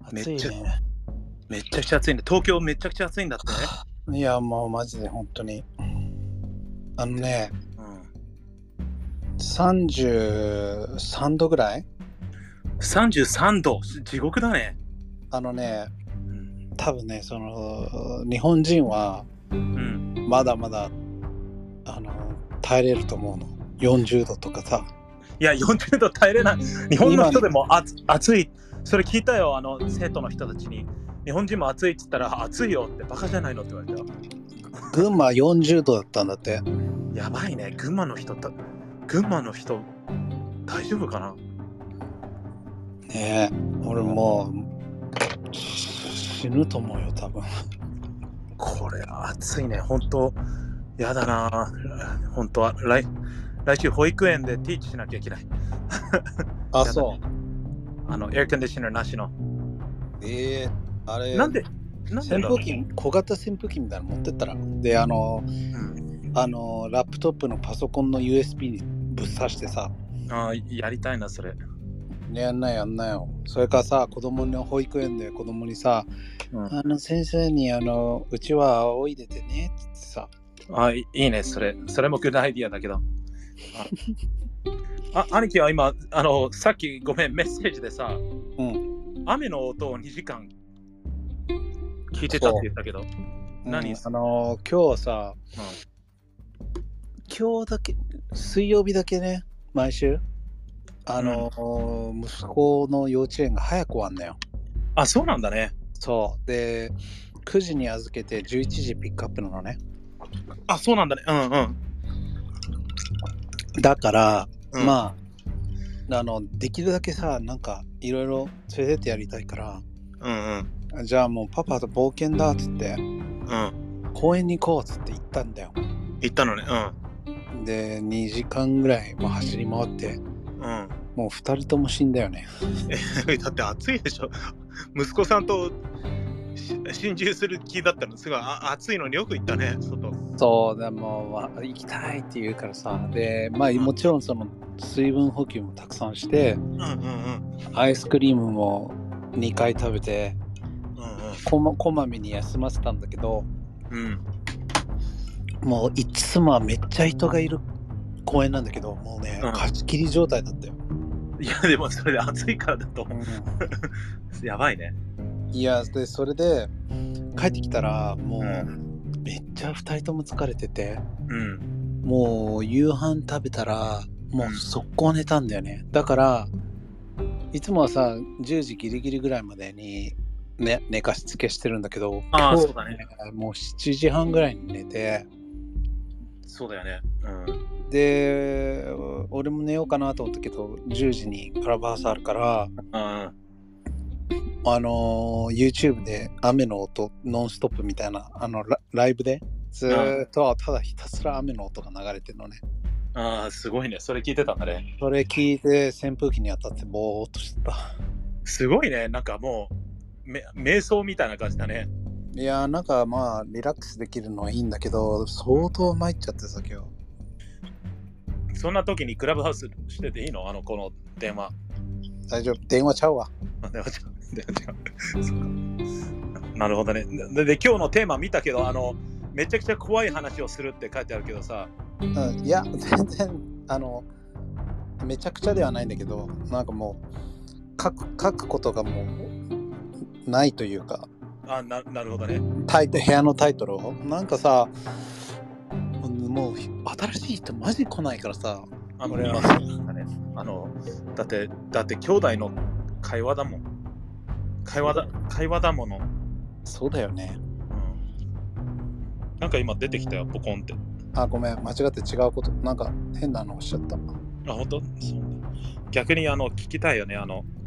暑いね。 めちゃくちゃ暑いんで、東京めちゃくちゃ暑いんだって。 いや、もうマジで本当に。ね、33度ぐらい 33度、地獄だね。 多分ね、日本人は、まだまだ、耐えれると思うの。40度とかさ。 いや、40度耐えれない。日本の人でも暑い。それ聞いたよ、生徒の人たちに。日本人も暑いって言ったら、暑いよってバカじゃないのって言われたよ。 群馬40度だったんだって。 やばいね、群馬の人大丈夫かな。 ねえ、俺もう死ぬと思うよ、多分。 これ暑いね、本当やだな。本当は来週保育園でティーチしなきゃいけない。 あ、そう。 エアコンディショナーなしの。 あれ。 なんで扇風機、小型扇風機みたいなの持ってったら。で、ラップトップのパソコンの USB にぶっ刺してさ。 やりたいな、それ。 やんなよ。それからさ、保育園で子供にさ、先生にうちは仰いでてねってさ。 いいね、それもグッドアイディアだけど。兄貴は今、さっきごめん、メッセージでさ、雨の音を2時間聞いてたって言ったけど、何？ 今日はさ、今日だけ、水曜日だけね、毎週、息子の幼稚園が早く終わんだよ。 あ、そうなんだね。 そう。で、9時に預けて11時ピックアップなのね。 あ、そうなんだね。 だから、まあ、できるだけさ、なんかいろいろ連れてってやりたいから、じゃあもうパパと冒険だっつって、公園に行こうっつって行ったんだよ。 行ったのね。 で、2時間ぐらい、走り回って、もう2人とも死んだよね。 だって暑いでしょ。息子さんと心中する気だったの。すごい暑いのによく行ったね、外。 そうでも行きたいって言うからさ。で、もちろん水分補給もたくさんして、アイスクリームも2回食べて、こまめに休ませたんだけど、もういつもはめっちゃ人がいる公園なんだけど、もうね、貸し切り状態だったよ。 いや、でもそれで暑いからだと。やばいね。 いや、で、それで帰ってきたら、もうめっちゃ2人とも疲れてて、もう夕飯食べたら、もう速攻寝たんだよね。だから、いつもはさ、10時ギリギリぐらいまでに、ね、寝かしつけしてるんだけど、 そうだね。 もう7時半ぐらいに寝て、 そうだよね。 で、俺も寝ようかなと思ったけど、10時にクラブハウスあるから、YouTube で雨の音ノンストップみたいなライブでずっとただひたすら雨の音が流れてるのね。 すごいね。それ聞いてたんだね。 それ聞いて扇風機に当たってぼーっとしてた。 すごいね。なんかもう瞑想みたいな感じだね。 いや、なんかリラックスできるのはいいんだけど、相当参っちゃってさ、今日。 そんな時にクラブハウスしてていいの？この電話。 大丈夫。電話ちゃうわ。 電話ちゃう。なるほどね。で今日のテーマ見たけど、めちゃくちゃ怖い話をするって書いてあるけどさ。 いや、全然めちゃくちゃではないんだけど、なんかもう書くことがもうないというか。 なるほどね。 部屋のタイトルをなんかさ、もう新しい人マジ来ないからさ。 俺はだって兄弟の会話だもん。会話だもの。 そうだよね。 なんか今出てきたよ、ポコンって。 ごめん、間違って違うこと、なんか変なのおっしゃった。 本当？逆に聞きたいよね。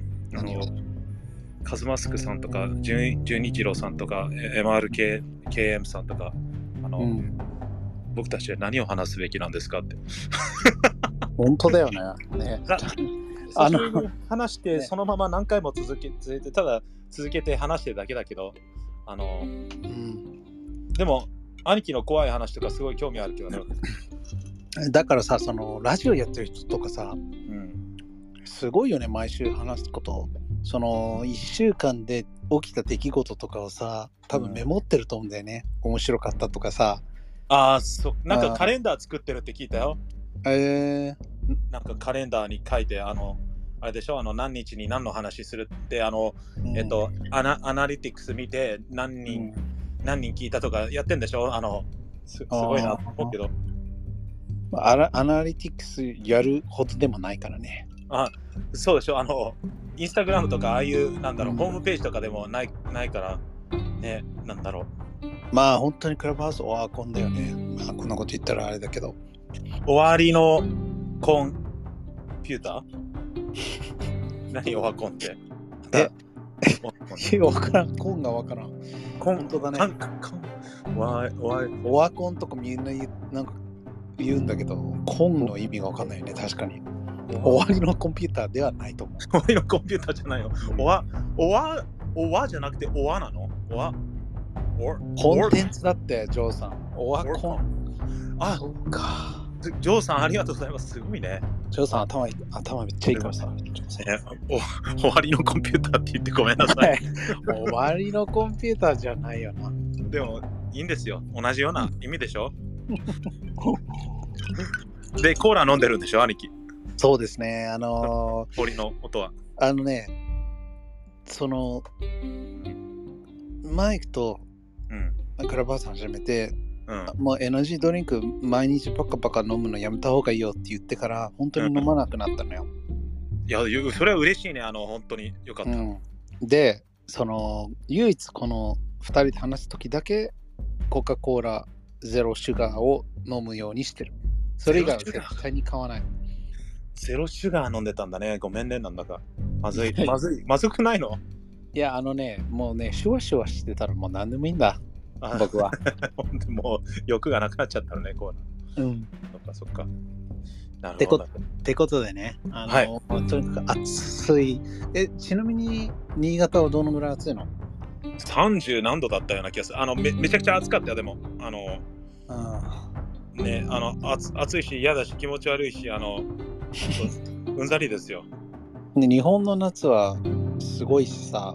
カズマスクさんとか、純一郎さんとか、MRKM さんとか、僕たちは何を話すべきなんですかって。 本当だよね。 話してそのまま何回も続けてただ続けて話してるだけだけど、でも兄貴の怖い話とかすごい興味あるけどね。 だからさ、ラジオやってる人とかさ、すごいよね、毎週話すことその1週間で起きた出来事とかをさ、多分メモってると思うんだよね。面白かったとかさ。 なんかカレンダー作ってるって聞いたよ。 なんかカレンダーに書いて、あれでしょ、何日に何の話するって、アナリティクス見て何人聞いたとかやってんでしょ。すごいなと思うけど。 アナリティクスやるほどでもないからね。 そうでしょ。インスタグラムとかああいうホームページとかでもないからね、なんだろう。まあ本当にクラブハウスオワコンだよね。まあこんなこと言ったらあれだけど。 終わりのコンピューター何オワコンって。 わからん。コンがわからん。本当だね。オワコンとかみんななんか言うんだけど、コンの意味がわかんないよね。確かに。終わりのコンピューターではないと思う。 終わりのコンピューターじゃないの。おわじゃなくておわなの。 コンテンツだって、ジョーさん。オワコン。そうか。 ジョーさんありがとうございます。すごいね。 ジョーさん頭めっちゃいいからさ。 終わりのコンピューターって言ってごめんなさい。 終わりのコンピューターじゃないよな。 でもいいんですよ。同じような意味でしょ。で、コーラ飲んでるんでしょ、兄貴。 そうですね。 氷の音は。 そのマイクとクラブハウス始めて、もうエナジードリンク毎日パカパカ飲むのやめた方がいいよって言ってから本当に飲まなくなったのよ。 いや、それは嬉しいね。本当によかった。 で、唯一この2人で話す時だけコカ・コーラゼロシュガーを飲むようにしてる。それ以外は絶対に買わない。 ゼロシュガー飲んでたんだね。ごめんね、なんだか。まずくないの？ いや、もうね、シュワシュワしてたらもう何でもいいんだ。僕は。 もう欲がなくなっちゃったのね、コーラ。そっか。なるほど。 ってことでね、とにかく暑い。ちなみに、新潟はどのぐらい暑いの ？30何度だったような気がする。めちゃくちゃ暑かったよ、でも。ね、暑いし嫌だし気持ち悪いし、うんざりですよ。 日本の夏はすごいしさ、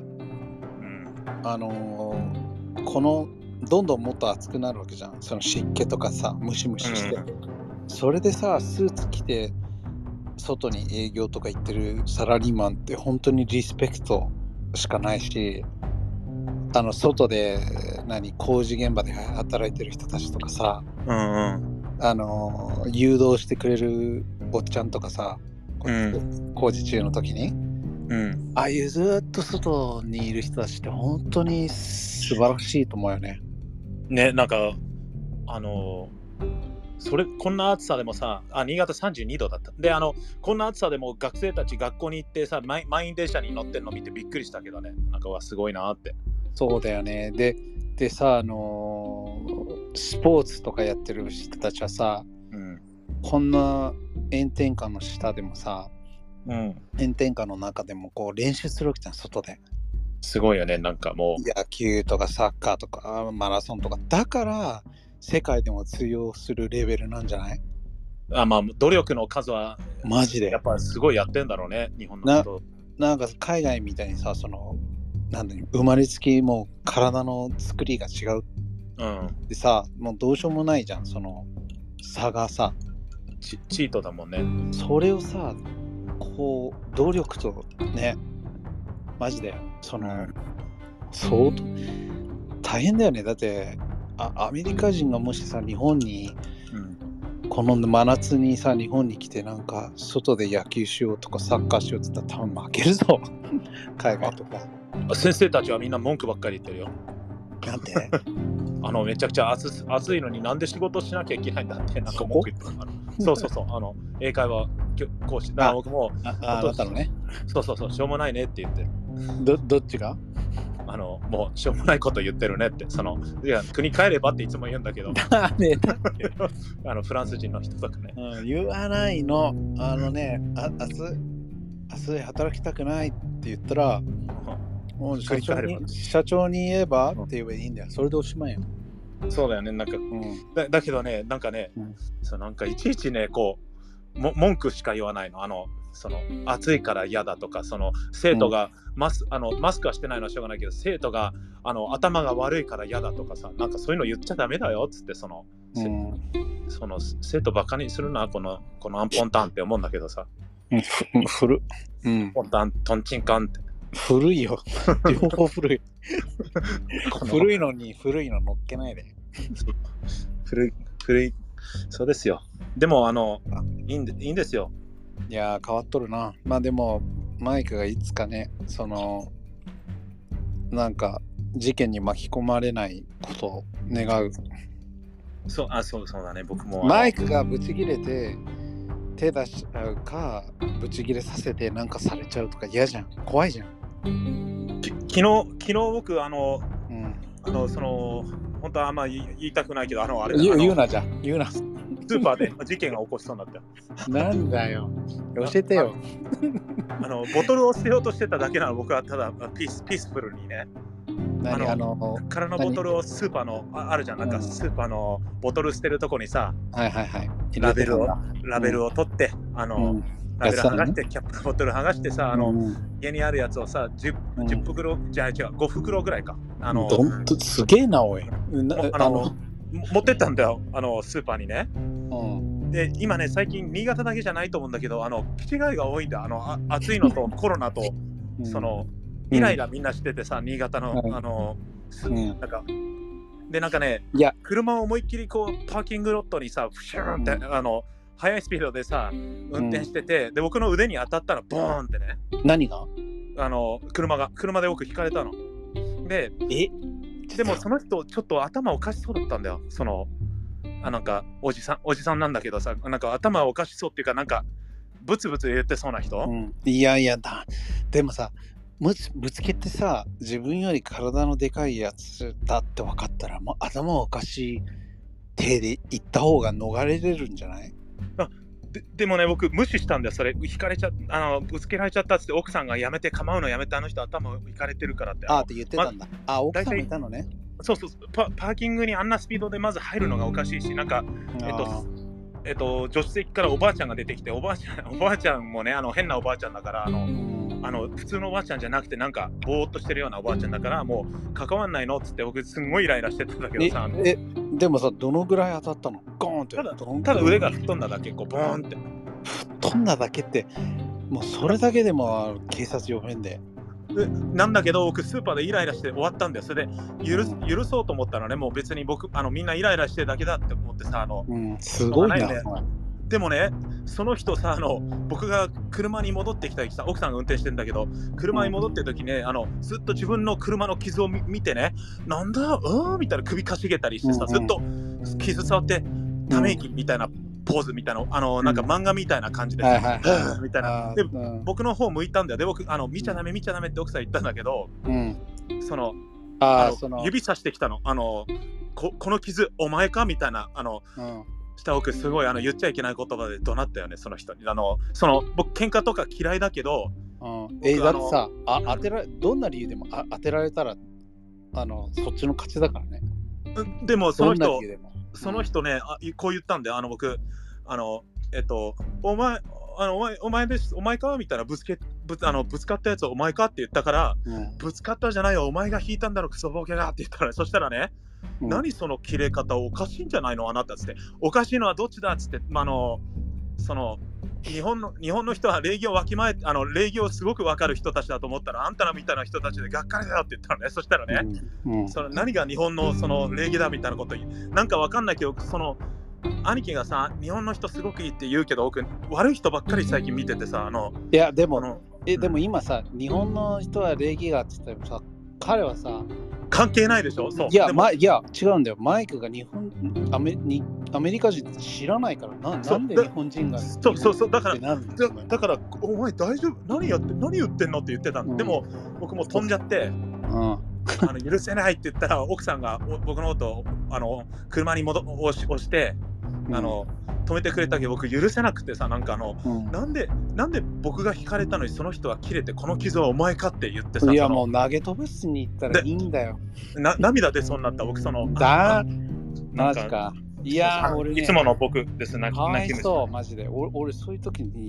どんどんもっと暑くなるわけじゃん。その湿気とかさ、ムシムシして。それでさ、スーツ着て外に営業とか行ってるサラリーマンって本当にリスペクトしかないし、外で工事現場で働いてる人たちとかさ、誘導してくれるおっちゃんとかさ、工事中の時に、ああいうずっと外にいる人たちって本当に素晴らしいと思うよね。 ね、なんかこんな暑さでもさ、新潟32度だった。で、こんな暑さでも学生たち学校に行ってさ、満員電車に乗ってるの見てびっくりしたけどね。なんかすごいなって。 そうだよね。でさ、スポーツとかやってる人たちはさ、こんな炎天下の下でもさ、炎天下の中でもこう練習するわけじゃん、外で。 すごいよね、なんかもう。 野球とかサッカーとかマラソンとか。だから世界でも通用するレベルなんじゃない？ まあ努力の数はマジでやっぱすごいやってんだろうね、日本の人。 なんか海外みたいにさ、生まれつきもう体の作りが違う。でさ、もうどうしようもないじゃん、その差がさ。 チートだもんね。 それをさ、こう努力とね、マジで相当大変だよね。だってアメリカ人がもしさ、日本に、この真夏にさ、日本に来てなんか外で野球しようとかサッカーしようって言ったら多分負けるぞ。海外とか。 先生たちはみんな文句ばっかり言ってるよ。 なんでめちゃくちゃ暑いのになんで仕事しなきゃいけないんだってなんか文句言ってる。そう英会話講師だから僕もだったのね。 そうしょうもないねって言ってる。どっちがもうしょうもないこと言ってるねって、いや国帰ればっていつも言うんだけどフランス人の人とかね、 言わないの。明日働きたくないって言ったら、もう社長に言えばって言えばいいんだよ。それでおしまいよ。 そうだよね。なんか、だけどね、なんかね、なんかいちいちね、こう文句しか言わないの。 その暑いから嫌だとか、その生徒がマスクはしてないのはしょうがないけど、生徒が頭が悪いから嫌だとかさ、なんかそういうの言っちゃダメだよっつって、その生徒バカにするのはこのアンポンタンって思うんだけどさ。 古い。ポンタントンチンカンって。 古いよ。両方古い。古いのに古いの乗っけないで。 古い。そうですよ。でもいいんですよ。 いや変わっとるな。まあでもマイクがいつかね、なんか事件に巻き込まれないことを願う。 そうだね。僕もマイクがブチ切れて手出しちゃうか、ブチ切れさせてなんかされちゃうとか嫌じゃん。怖いじゃん。 昨日僕本当はあんま言いたくないけどあれ言うな。スーパーで事件が起こしそうになった。 なんだよ。教えてよ。 ボトルを捨てようとしてただけなの。僕はただピースフルにね。空のボトルをスーパーのあるじゃん。なんかスーパーのボトル捨てるとこにさ、ラベルを取って、ラベル剥がして、キャップボトル剥がしてさ、家にあるやつをさ、10袋じゃ違う、5袋ぐらいか。 すげえな、おい。 持ってったんだよ、スーパーにね。で、今ね、最近、新潟だけじゃないと思うんだけど、気違いが多いんだ。暑いのとコロナと、イライラみんなしててさ、新潟の、なんかね、車を思いっきりこう、パーキングロットにさ、フシューンって、速いスピードでさ、運転してて、で、僕の腕に当たったら、ボーンってね。 何が？ 車で僕引かれたの。で、でもその人、ちょっと頭おかしそうだったんだよ。なんか、おじさんなんだけどさ、なんか頭おかしそうっていうか、なんか、ブツブツ言ってそうな人。 いやだ。でもさ、ぶつけてさ、自分より体のでかいやつだって分かったら、もう頭おかしい手で行った方が逃れれるんじゃない？ でもね、僕無視したんだよ。それぶつけられちゃったっつって、奥さんが構うのやめて、あの人頭いかれてるからって。 って言ってたんだ。奥さんもいたのね。 そうパーキングにあんなスピードでまず入るのがおかしいし、なんか助手席からおばあちゃんが出てきて、おばあちゃんもね、変なおばあちゃんだから、普通のおばあちゃんじゃなくて、なんかぼーっとしてるようなおばあちゃんだから、もう関わんないのっつって、僕すんごいイライラしてたんだけどさ。 でもさ、どのぐらい当たったの？ゴーンって。 ただ腕が吹っ飛んだだけ、こうボーンって。 吹っ飛んだだけって、もうそれだけでも警察呼べんで。 なんだけど、僕スーパーでイライラして終わったんだよ。それで許そうと思ったらね、もう別に僕みんなイライラしてるだけだって思ってさ、 すごいな。 でもね、その人さ、僕が車に戻ってきた時さ、奥さんが運転してんだけど、車に戻ってる時ね、ずっと自分の車の傷を見てね、なんだみたいな首かしげたりしてさ、ずっと傷触ってため息みたいなポーズみたいな、なんか漫画みたいな感じでさ、みたいな。で、僕の方向いたんだよ。で、僕見ちゃダメって奥さん言ったんだけど、指さしてきたの。この傷お前かみたいな、した僕すごい言っちゃいけない言葉で怒鳴ったよね、その人に。僕喧嘩とか嫌いだけど、 だってさ、どんな理由でも当てられたらそっちの勝ちだからね。 でもその人ね、こう言ったんで、僕お前かみたいな、ぶつかったやつお前かって言ったから、ぶつかったじゃないよ、お前が引いたんだろクソボケがって言ったら、そしたらね、何その切れ方おかしいんじゃないのあなたっつって、おかしいのはどっちだっつって、日本の人は礼儀を礼儀をすごく分かる人たちだと思ったら、あんたらみたいな人たちでがっかりだよって言ったのね。そしたらね、何が日本の礼儀だみたいなことなんか分かんないけど、兄貴がさ、日本の人すごくいいって言うけど、僕悪い人ばっかり最近見ててさ、 いやでも今さ、日本の人は礼儀がっつってもさ、彼はさ関係ないでしょ。そう。 いや違うんだよ。マイクがアメリカ人って知らないから、なんで日本人がそうだからお前大丈夫、何言ってんのって言ってたんだ。でも僕も飛んじゃって、許せないって言ったら、奥さんが僕のこと車に押して止めてくれたけど、僕許せなくてさ、なんかなんで僕が引かれたのにその人は切れて、この傷はお前かって言ってさ、 いやもう投げ飛ばしに行ったらいいんだよ。 涙出そうになった。僕マジか。いや俺、 いつもの僕です。 かわいそうマジで。俺そういう時に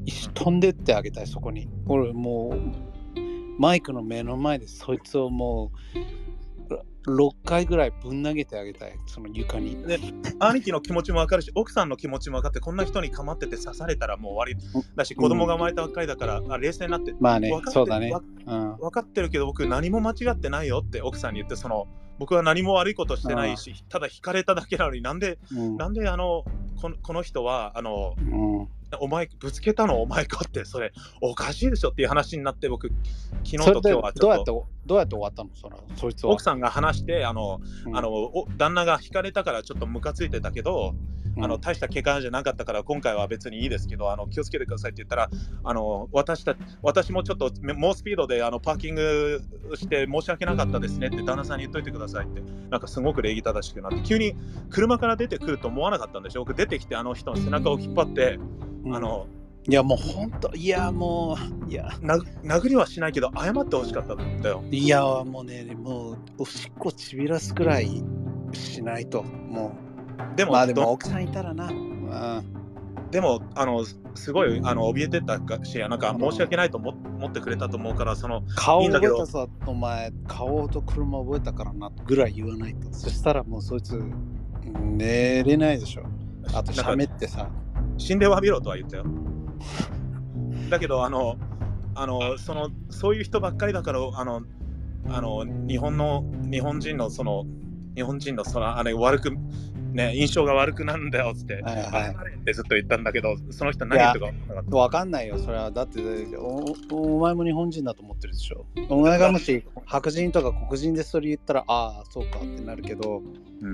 飛んでってあげたい、そこに。俺もうマイクの目の前でそいつをもう6回ぐらいぶん投げてあげたい、その床に。 で、兄貴の気持ちも分かるし、奥さんの気持ちも分かって、こんな人に構ってて刺されたらもう終わりだし、子供が生まれたばっかりだから、冷静になって、 まあね、そうだね。 分かってるけど、僕何も間違ってないよって奥さんに言って、僕は何も悪いことしてないし、ただ惹かれただけなのに、なんでこの人はお前ぶつけたのお前かって、それおかしいでしょっていう話になって、僕昨日と今日はちょっとどうやって終わったの、そいつは。 奥さんが話して旦那が惹かれたからちょっとムカついてたけど、大した怪我じゃなかったから今回は別にいいですけど、気をつけてくださいって言ったら、私もちょっと猛スピードでパーキングして申し訳なかったですねって旦那さんに言っといてくださいって、なんかすごく礼儀正しくなって、急に車から出てくると思わなかったんでしょ。僕出てきて人の背中を引っ張って、 いやもう本当、いやもう、いや殴りはしないけど謝ってほしかったんだよ。 いやもうね、もうおしっこちびらすくらいしないと。もうでも奥さんいたらな、 でもすごい怯えてたし、なんか申し訳ないと思ってくれたと思うから、 顔覚えたさ、お前顔と車覚えたからなぐらい言わないと。そしたらもうそいつ寝れないでしょ。あと喋ってさ、 死んで詫びろとは言ったよ。だけどそういう人ばっかりだから、日本人の悪くね、印象が悪くなるんだよって、ってずっと言ったんだけど、その人何言ったか分かんないよ。それはだって お前も日本人だと思ってるでしょ。お前がもし白人とか黒人でそれ言ったら、ああそうかってなるけど、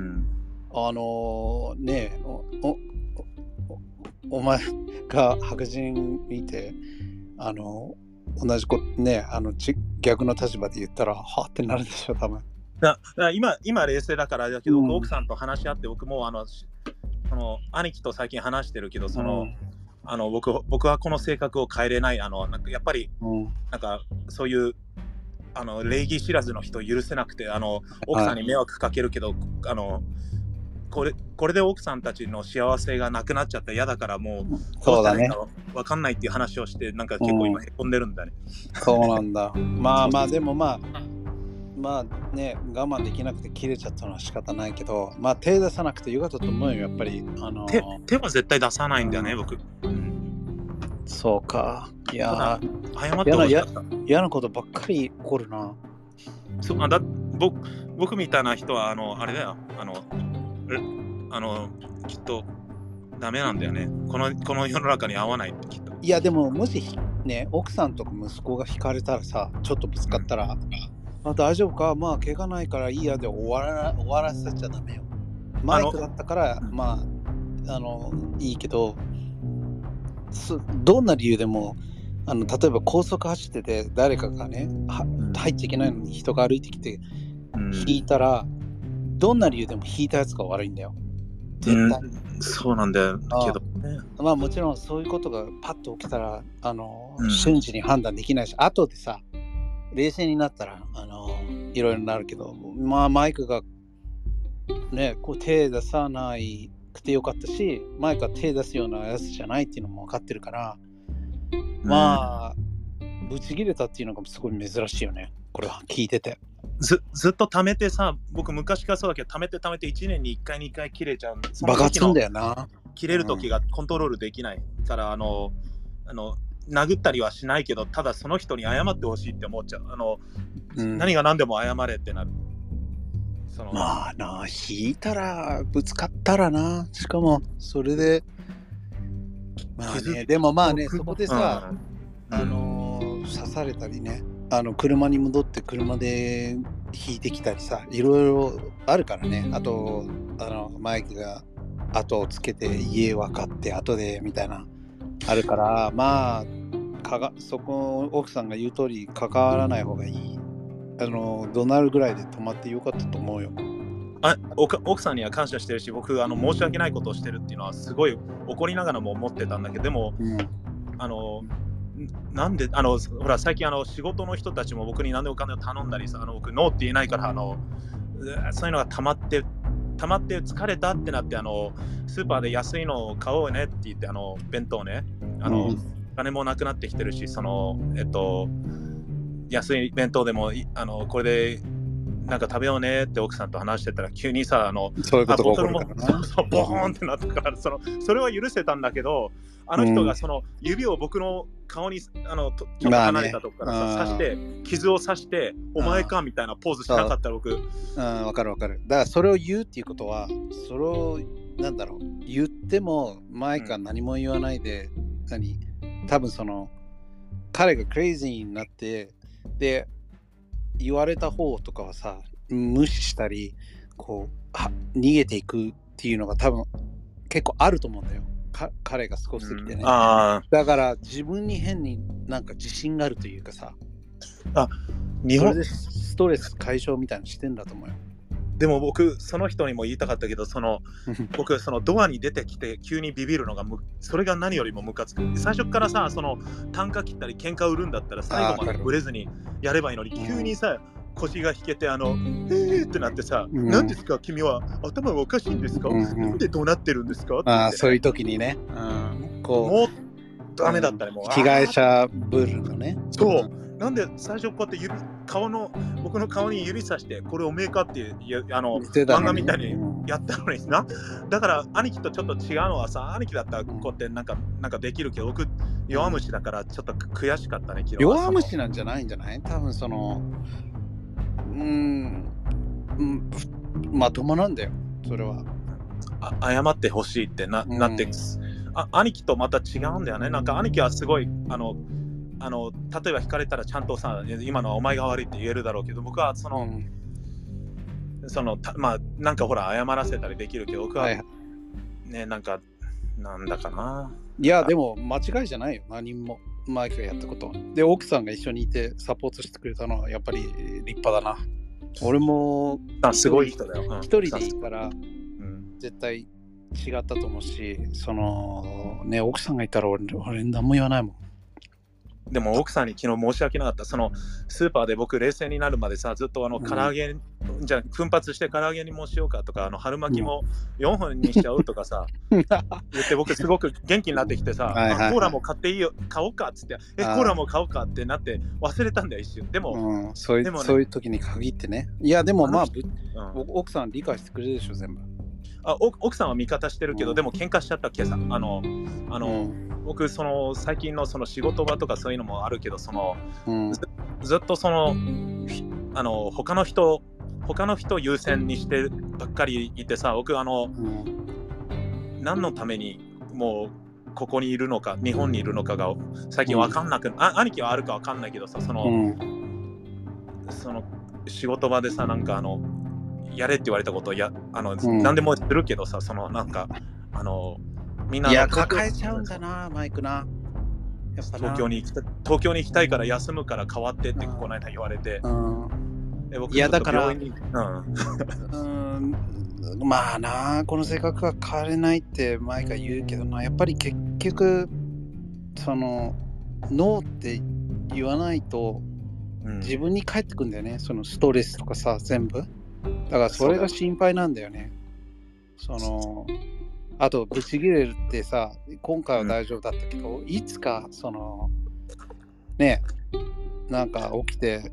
ねえ、お前が白人見て同じね、逆の立場で言ったらはってなるでしょ、多分。 今冷静だからだけど、奥さんと話し合って、僕も兄貴と最近話してるけど、僕はこの性格を変えれない、なんかやっぱり、なんかそういう礼儀知らずの人を許せなくて、奥さんに迷惑かけるけど、これで奥さんたちの幸せがなくなっちゃったら嫌だから、もうそうだね、 分かんないっていう話をして、なんか結構今へこんでるんだね。 そうなんだ。まあでもまあね、我慢できなくて切れちゃったのは仕方ないけど、手出さなくてよかったと思うよ、やっぱり。 手は絶対出さないんだよね、僕。 そうか。いや謝ってほしかった。 嫌なことばっかり起こるな。 僕みたいな人はあれだよ、きっとダメなんだよね。この世の中に合わないってきっと。 いやでももしね、奥さんとか息子が惹かれたらさ、ちょっとぶつかったら、大丈夫か、怪我ないからいいやで終わらせちゃダメよ。マイクだったからいいけど、どんな理由でも例えば高速走ってて誰かがね入っちゃいけないのに人が歩いてきて引いたら、どんな理由でも引いたやつが悪いんだよ、絶対。 そうなんだよけどね。 もちろんそういうことがパッと起きたら瞬時に判断できないし、後でさ冷静になったらいろいろなるけど、マイクがねこう手出さないくてよかったし、マイクは手出すようなやつじゃないっていうのも分かってるから、ブチ切れたっていうのがすごい珍しいよね、これは聞いてて。 ずっと貯めてさ、僕昔からそうだけど、貯めて1年に1回2回切れちゃう。 爆発すんだよな。 切れる時がコントロールできないから、殴ったりはしないけど、ただその人に謝ってほしいって思っちゃう。何が何でも謝れってなる。 引いたらぶつかったらな、しかもそれででもそこでさ、刺されたりね、車に戻って車で引いてきたりさ、いろいろあるからね。あとマイクが後をつけて家分かって後でみたいなあるから、そこ奥さんが言う通り関わらない方がいい。怒鳴るぐらいで止まってよかったと思うよ。 奥さんには感謝してるし、僕申し訳ないことをしてるっていうのはすごい怒りながらも思ってたんだけど、でも、なんでほら最近仕事の人たちも僕に何でお金を頼んだりさ、僕ノーって言えないからそういうのが溜まって疲れたってなってスーパーで安いのを買おうねって言って弁当ね金もなくなってきてるし、その安い弁当でもこれでなんか食べようねって奥さんと話してたら急にさそういうことが起こるボからな。 そうボーンってなったから、それは許せたんだけど、あの人がその指を僕の顔にちょっと離れたとこからさ、刺して傷を刺してお前かみたいなポーズしなかったら僕。 わかるわかる。だからそれを言うっていうことは、それをなんだろう、言ってもマイクは何も言わないで、多分その彼がクレイジーになってで言われた方とかはさ、無視したりこう逃げていくっていうのが多分結構あると思うんだよ。彼が少しできてね。だから自分に変になんか自信があるというかさ、日本でストレス解消みたいなのしてんだと思うよ。 でも僕その人にも言いたかったけど、僕そのドアに出てきて急にビビるのがそれが何よりもムカつく。最初からさ、その単価切ったり喧嘩売るんだったら最後までブレずにやればいいのに、急にさ腰が引けてってなってさ、何ですか君は頭がおかしいんですか、なんでどうなってるんですかって、 そういう時にね、 もうダメだったね、もう被害者ブルのね。 そうなんで最初こうやって僕の顔に指さしてこれおめえかって漫画みたいにやったのにな。だから兄貴とちょっと違うのはさ、兄貴だったらこうやってなんかできるけど、僕弱虫だからちょっと悔しかったね。 弱虫なんじゃないんじゃない？多分そのまともなんだよそれは。 謝ってほしいってなって兄貴とまた違うんだよね。なんか兄貴はすごい例えば惹かれたらちゃんとさ、今のはお前が悪いって言えるだろうけど、僕はまあなんかほら謝らせたりできるけど、僕は、ね、なんだかな。 いやでも間違いじゃないよ、何もマイクがやったことで。奥さんが一緒にいてサポートしてくれたのはやっぱり立派だな。俺もすごい人だよ。 一人でいいから、絶対違ったと思うし、そのね、奥さんがいたら俺何も言わないもん。 でも奥さんに昨日申し訳なかった。そのスーパーで僕冷静になるまでさ、ずっと唐揚げ、じゃあ奮発して唐揚げにもしようかとか、春巻きも4本にしちゃうとかさ、言って僕すごく元気になってきてさ、コーラも買っていいよ、買おうかっつって、コーラも買おうかってなって忘れたんだよ一瞬。でも、 そういう時に限ってね。いやでもまあ、奥さん理解してくれるでしょ全部。 奥さんは味方してるけど、でも喧嘩しちゃったっけさ。僕最近の仕事場とかそういうのもあるけど、ずっと他の人優先にしてばっかりいてさ、僕何のためにもうここにいるのか日本にいるのかが最近分かんなく、兄貴はあるか分かんないけどさ、仕事場でさ、なんかやれって言われたことを何でもするけどさ、なんかみんな抱えちゃうんだなマイクな。やっぱ東京に行きたいから休むから代わってってこの間言われて、 いやだからまあな、この性格が変われないってマイクは言うけどな、やっぱり結局ノーって言わないと自分に返ってくんだよね、そのストレスとかさ全部。だからそれが心配なんだよね。あとブチギレるってさ、今回は大丈夫だったけど、いつかね、なんか起きて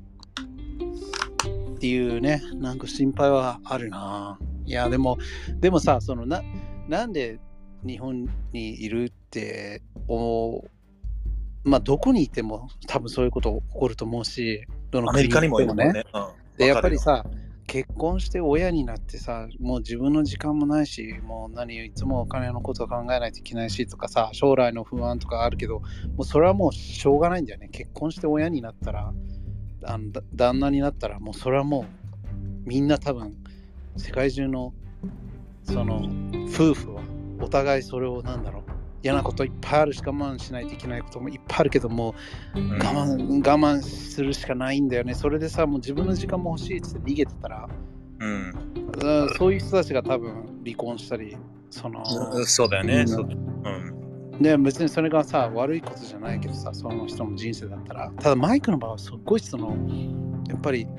っていうね、なんか心配はあるな。いやでもさ、なんで日本にいるってまあどこにいても多分そういうこと起こると思うし、 アメリカにもいるもんね。 でやっぱりさ、結婚して親になってさ、もう自分の時間もないし、もういつもお金のことを考えないといけないしとかさ、将来の不安とかあるけど、もうそれはもうしょうがないんだよね。結婚して親になったら、旦那になったら、もうそれはもうみんな多分世界中の夫婦はお互いそれを嫌なこといっぱいあるし、我慢しないといけないこともいっぱいあるけども、我慢するしかないんだよね。それでさ、もう自分の時間も欲しいって逃げてたら、そういう人たちが多分離婚したり、 そうだよね。 で別にそれがさ悪いことじゃないけどさ、その人の人生だったら。ただマイクの場合はすっごいやっぱり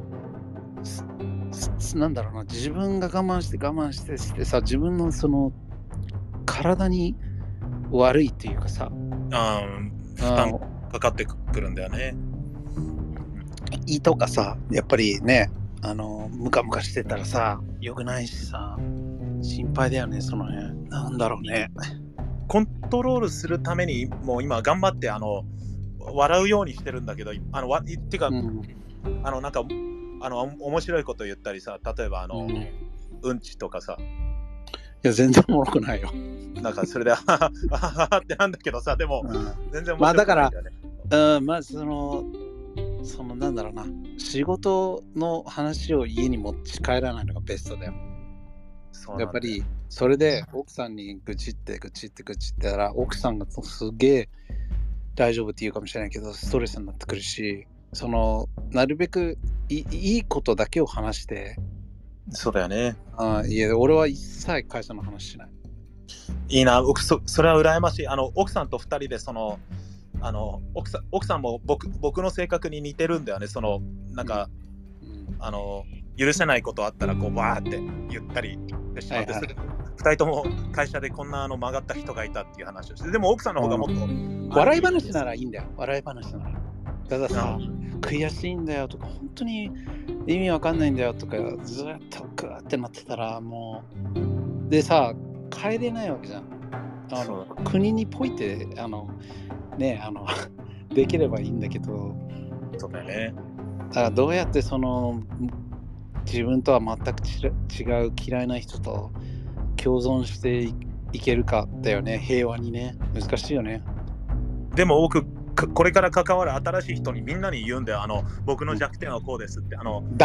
なんだろうな、自分が我慢してさ、自分の体に悪いっていうかさ、 負担かかってくるんだよね。 胃とかさ、やっぱりね、ムカムカしてたらさ、良くないしさ、心配だよね、その辺。なんだろうね。 コントロールするために、もう今頑張って笑うようにしてるんだけど、ってか、なんか面白いこと言ったりさ、例えばうんちとかさ。 いや、全然おもろくないよ。 なんかそれで、ははははってなんだけどさ、でも、全然面白くないんだよね。 まあだから、まあそのなんだろうな、仕事の話を家に持ち帰らないのがベストだよ。やっぱりそれで奥さんに愚痴ってたら、奥さんがすげえ大丈夫って言うかもしれないけど、ストレスになってくるし、なるべくいいことだけを話して。 そうだよね。 いや、俺は一切会社の話しない。 いいな、それは羨ましい。奥さんと2人で奥さんも僕の性格に似てるんだよね。なんか、許せないことあったらこうバーって言ったりしてしまって、2人とも会社でこんな曲がった人がいたっていう話をして、でも奥さんの方がもっと笑い話ならいいんだよ。笑い話なら。たださ、悔しいんだよとか、本当に意味わかんないんだよとか、ずっとグーってなってたら、もうでさ、帰れないわけじゃん。国にポイってね、できればいいんだけど。 そうだよね。 だからどうやって自分とは全く違う嫌いな人と共存していけるかだよね。平和にね。難しいよね。 でも僕これから関わる新しい人にみんなに言うんだよ。僕の弱点はこうですって。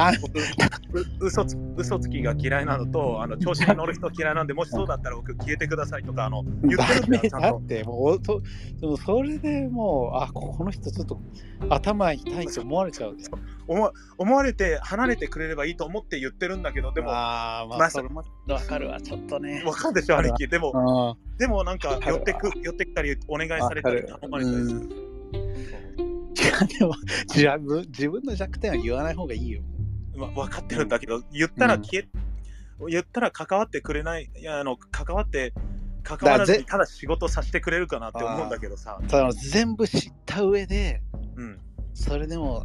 嘘つきが嫌いなのと、調子に乗る人嫌いなんで、もしそうだったら僕消えてくださいとか言ってるんだよ。 だってもうそれでもうこの人ちょっと頭痛いと思われちゃう。 思われて離れてくれればいいと思って言ってるんだけど、でもそれも分かるわ、ちょっっとね。 わかるでしょ、兄貴。でもなんか寄ってきたりお願いされたり頼まれたりする。 でも自分の弱点は言わない方がいいよ。 分かってるんだけど、言ったら関わってくれない。いや、関わらずにただ仕事させてくれるかなって思うんだけどさ。 全部知った上で、それでも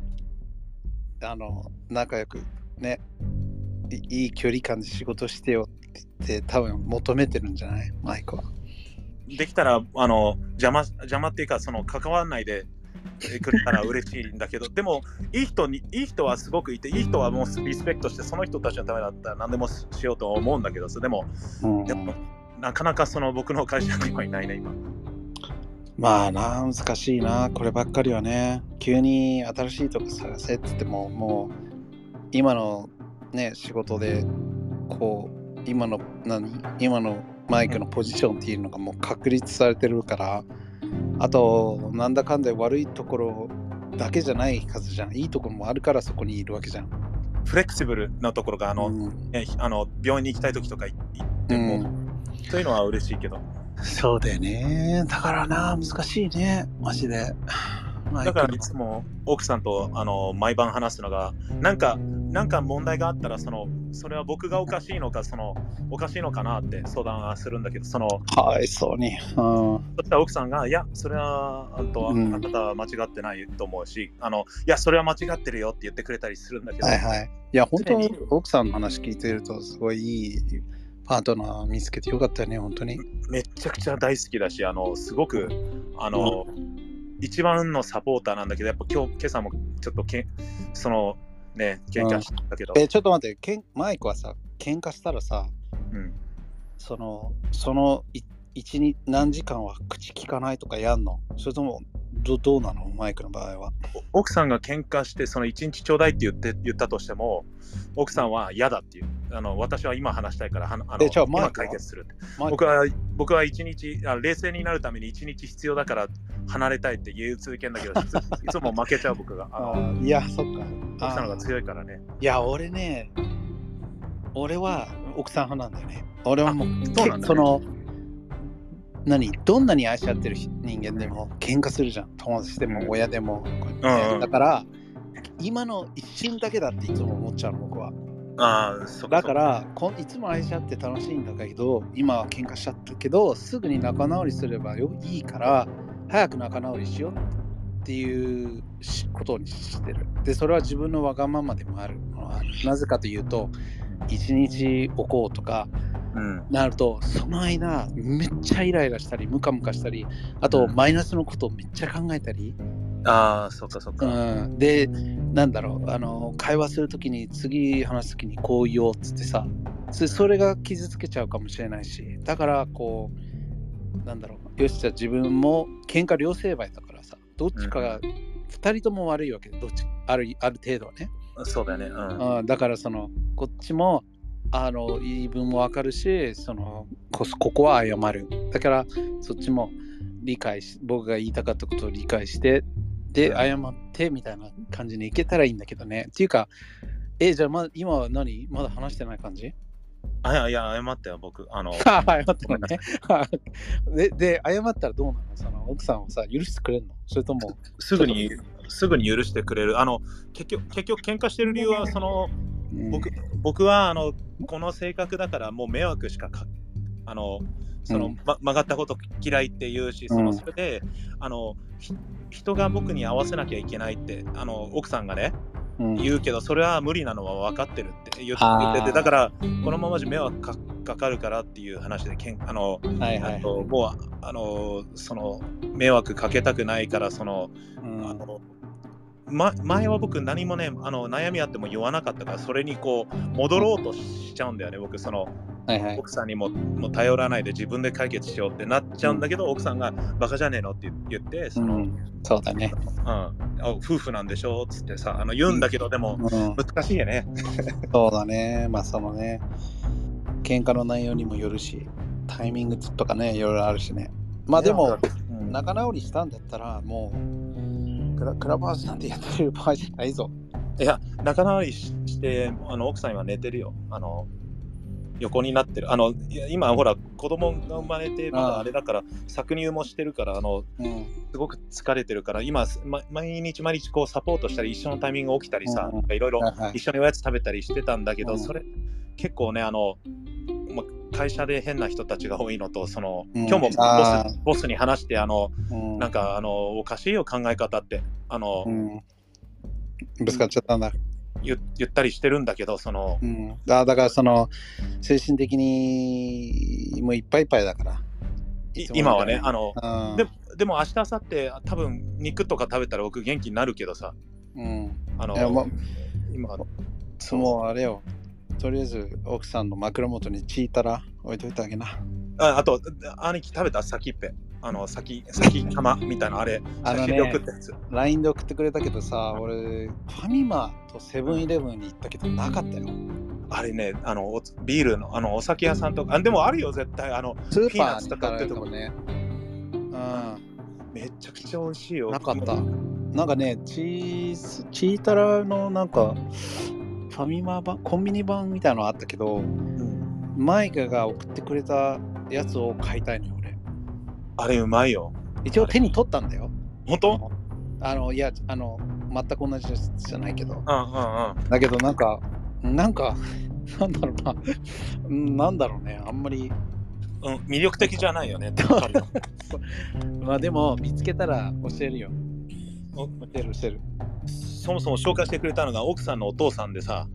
仲良くね、いい距離感で仕事してよって多分求めてるんじゃない、マイクは。 できたら邪魔っていうか、関わらないでくれたら嬉しいんだけど、でもいい人はすごくいて、いい人はもうリスペクトして、その人たちのためだったら何でもしようと思うんだけど、でもなかなか僕の会社にはいないね、今。 まあな、難しいな、こればっかりはね。急に新しいとこ探せって言っても、もう今のね、仕事でこう今のマイクのポジションっていうのがもう確立されてるから、あとなんだかんだ悪いところだけじゃないはずじゃん。いいところもあるからそこにいるわけじゃん。 フレキシブルなところが病院に行きたい時とか行っても、そういうのは嬉しいけど。 そうだよね。だからな、難しいね、マジで。 だからいつも奥さんと毎晩話すのが、なんか問題があったら、それは僕がおかしいのか、おかしいのかなって相談はするんだけど、 はいそうに。 そしたら奥さんが、いや、それはあなたは間違ってないと思うし、いや、それは間違ってるよって言ってくれたりするんだけど。 いや、本当に奥さんの話聞いてると、すごいいいパートナー見つけてよかったよね、本当に。 めちゃくちゃ大好きだし、すごく、一番のサポーターなんだけど、やっぱ今朝もちょっと喧嘩したけど。 ちょっと待って、マイクはさ、喧嘩したらさ、何時間は口聞かないとかやんの？それともどうなの、マイクの場合は。 奥さんが喧嘩して一日ちょうだいって言ったとしても、奥さんは嫌だっていう。私は今話したいから今解決するって。僕は一日冷静になるために一日必要だから離れたいって言う続けんだけど、いつも負けちゃう僕が。 いや、そっか。 奥さんの方が強いからね。 いや、俺は奥さん派なんだよね。俺はもうそうなんだね。どんなに愛し合ってる人間でも喧嘩するじゃん。友達でも親でも。だから今の一瞬だけだっていつも思っちゃうの、僕は。 だからいつも愛し合って楽しいんだけど、今は喧嘩しちゃったけど、すぐに仲直りすればいいから、早く仲直りしようっていうことにしてる。で、それは自分のわがままでもある。なぜかというと、一日置こうとかなると、その間めっちゃイライラしたり、ムカムカしたり、あとマイナスのことをめっちゃ考えたり。 そっか。 で、なんだろう、会話するときに、次話すときにこう言おうっつってさ、それが傷つけちゃうかもしれないし、だからこう、なんだろう、よし、じゃあ自分も喧嘩両成敗だからさ、どっちかが、2人とも悪いわけで、ある程度はね。 そうだよね。 だからこっちも言い分もわかるし、ここは謝る。だからそっちも僕が言いたかったことを理解して、で、謝ってみたいな感じにいけたらいいんだけどね。っていうか、じゃあ今はまだ話してない感じ？ いや、謝ったよ、僕。 謝ったのね。で、謝ったらどうなの？奥さんはさ、許してくれるの？それともすぐに許してくれる。結局喧嘩してる理由は僕はこの性格だからもう迷惑しか曲がったこと嫌いって言うし、それで人が僕に合わせなきゃいけないって奥さんがね言うけど、それは無理なのは分かってるって言ってて、だからこのままじゃ迷惑かかるからっていう話でもう迷惑かけたくないから前は僕何もね悩みあっても言わなかったから、それにこう戻ろうとしちゃうんだよね。僕奥さんにも頼らないで自分で解決しようってなっちゃうんだけど、奥さんがバカじゃねえのって言ってそうだね、 夫婦なんでしょっつってさ言うんだけど、でも難しいよね。 そうだね。まあね、喧嘩の内容にもよるし、タイミングとかね、いろいろあるしね。まあでも仲直りしたんだったらもうクラブハウスなんてやってる場合じゃないぞ。 いや、仲直りして奥さんは寝てるよ。横になってる。今ほら子供が生まれてまだあれだから搾乳もしてるからすごく疲れてるから、今毎日こうサポートしたり、一緒のタイミング起きたりさ、いろいろ一緒におやつ食べたりしてたんだけど、それ結構ね会社で変な人たちが多いのと、今日もボスに話してなんかおかしいよ考え方ってぶつかっちゃったんだ。 言ったりしてるんだけど、 だから精神的にもういっぱいいっぱいだから今はねでも明日明後日多分肉とか食べたら僕元気になるけどさ、 今もうあれよ、とりあえず奥さんの枕元にチータラ置いといてあげな。 あと兄貴食べた先っぺ先玉みたいな写真で送ったやつ、 LINE で送ってくれたけどさ、俺ファミマとセブンイレブンに行ったけどなかったよ。 あれね、ビールのお酒屋さんとかでもあるよ絶対。 スーパーに買ってとかね。 めちゃくちゃ美味しいよ。 なかった。なんかね、チータラのなんかファミマ版、コンビニ版みたいなのあったけど、マイカが送ってくれたやつを買いたいのよ俺。 あれうまいよ。 一応手に取ったんだよ。 本当？ いや全く同じじゃないけど。 だけどなんかなんだろうな、なんだろうね、あんまり、 魅力的じゃないよね。 まあでも見つけたら教えるよ。教える。 そもそも紹介してくれたのが奥さんのお父さんでさ、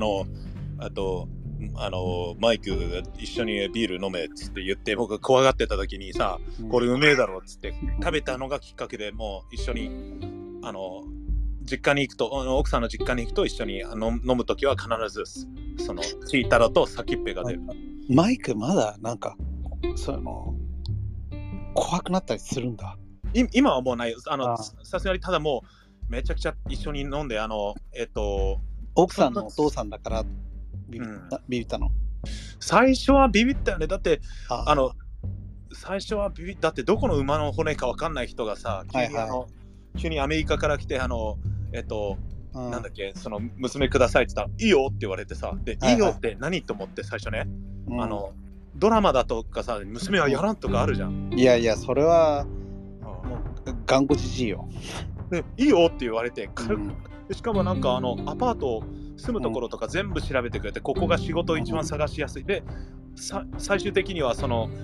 マイクが一緒にビール飲めっつって言って、僕が怖がってた時にさ、これうめえだろっつって食べたのがきっかけで、もう一緒に実家に行くと、奥さんの実家に行くと一緒に飲むときは必ずチータラと先っぺが出る。 マイクまだなんか怖くなったりするんだ。 今はもうないよ。さすがにただもうめちゃくちゃ一緒に飲んで奥さんのお父さんだからビビったの？ 最初はビビったよね。だって最初はビビった。だってどこの馬の骨か分かんない人がさ、急にアメリカから来てなんだっけ、娘くださいって言ったらいいよって言われてさ、で、いいよって何と思って最初ね、ドラマだとかさ、娘はやらんとかあるじゃん。 いやそれはもう頑固じじいよ。 でいいよって言われて、しかもなんかアパート住むところとか全部調べてくれて、ここが仕事一番探しやすい。で、最終的にはその、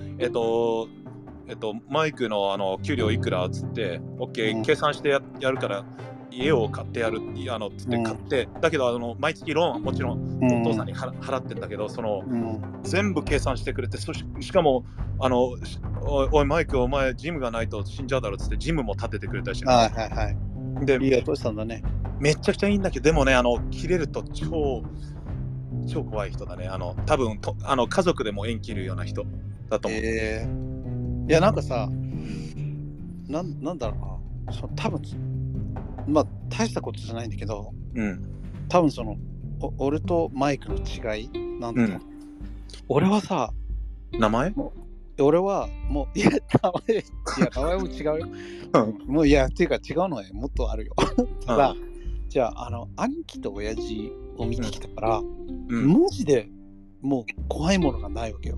マイクの給料いくらっつって、OK、計算してやるから、家を買ってやるつって買って、だけど毎月ローンはもちろんお父さんに払ってんだけど、全部計算してくれて、しかもおいマイク、お前ジムがないと死んじゃうだろっつってジムも建ててくれたし、 でいいお父さんだね。 めっちゃくちゃいいんだけど、でもね、切れると超怖い人だね。多分家族でも縁切るような人だと思う。 いや、なんかさ、なんだろうな、多分まあ大したことじゃないんだけど、多分俺とマイクの違いなんだろう、俺はさ、 名前俺はもう、いや、名前も違うよ。もう、いや、っていうか違うのはもっとあるよ。ただ、じゃあ、兄貴と親父を見てきたから、マジでもう怖いものがないわけよ。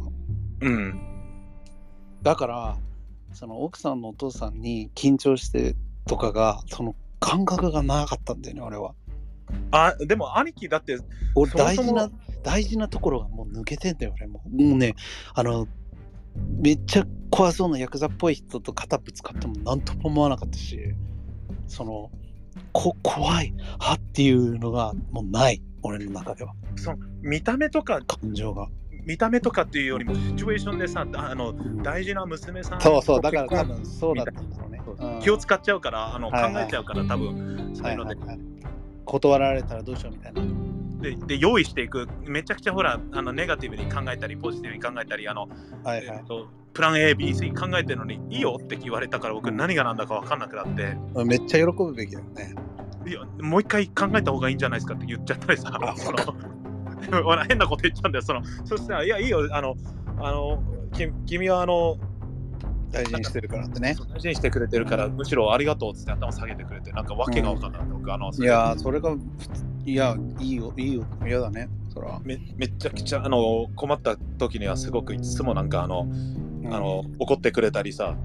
だから、奥さんのお父さんに緊張してとかが、感覚がなかったんだよね、俺は。 でも兄貴だって、 俺大事なところがもう抜けてんだよ、俺も。もうね、めっちゃ怖そうなヤクザっぽい人と肩ぶつかっても何とも思わなかったし、怖いはっていうのがもうない、俺の中では。 見た目とか感情が。 見た目とかっていうよりもシチュエーションでさ、大事な娘さん、 そうだから多分そうだったんだろうね。 気を使っちゃうから、考えちゃうから、多分そういうので断られたらどうしようみたいな。 で用意していく、めちゃくちゃほらネガティブに考えたりポジティブに考えたりプラン ABC 考えてるのにいいよって言われたから、僕何が何だか分かんなくなって、 めっちゃ喜ぶべきだよね。 いや、もう一回考えた方がいいんじゃないですかって言っちゃったりさ、変なこと言っちゃうんだよ。そしたら、いや、いいよ、君は大事にしてるからってね。 大事にしてくれてるから、むしろありがとうって頭下げてくれて、なんか訳が分かんない。 いや、それが、いや、いいよ、嫌だね。それはめちゃくちゃ困った時にはすごくいつもなんか怒ってくれたりさ、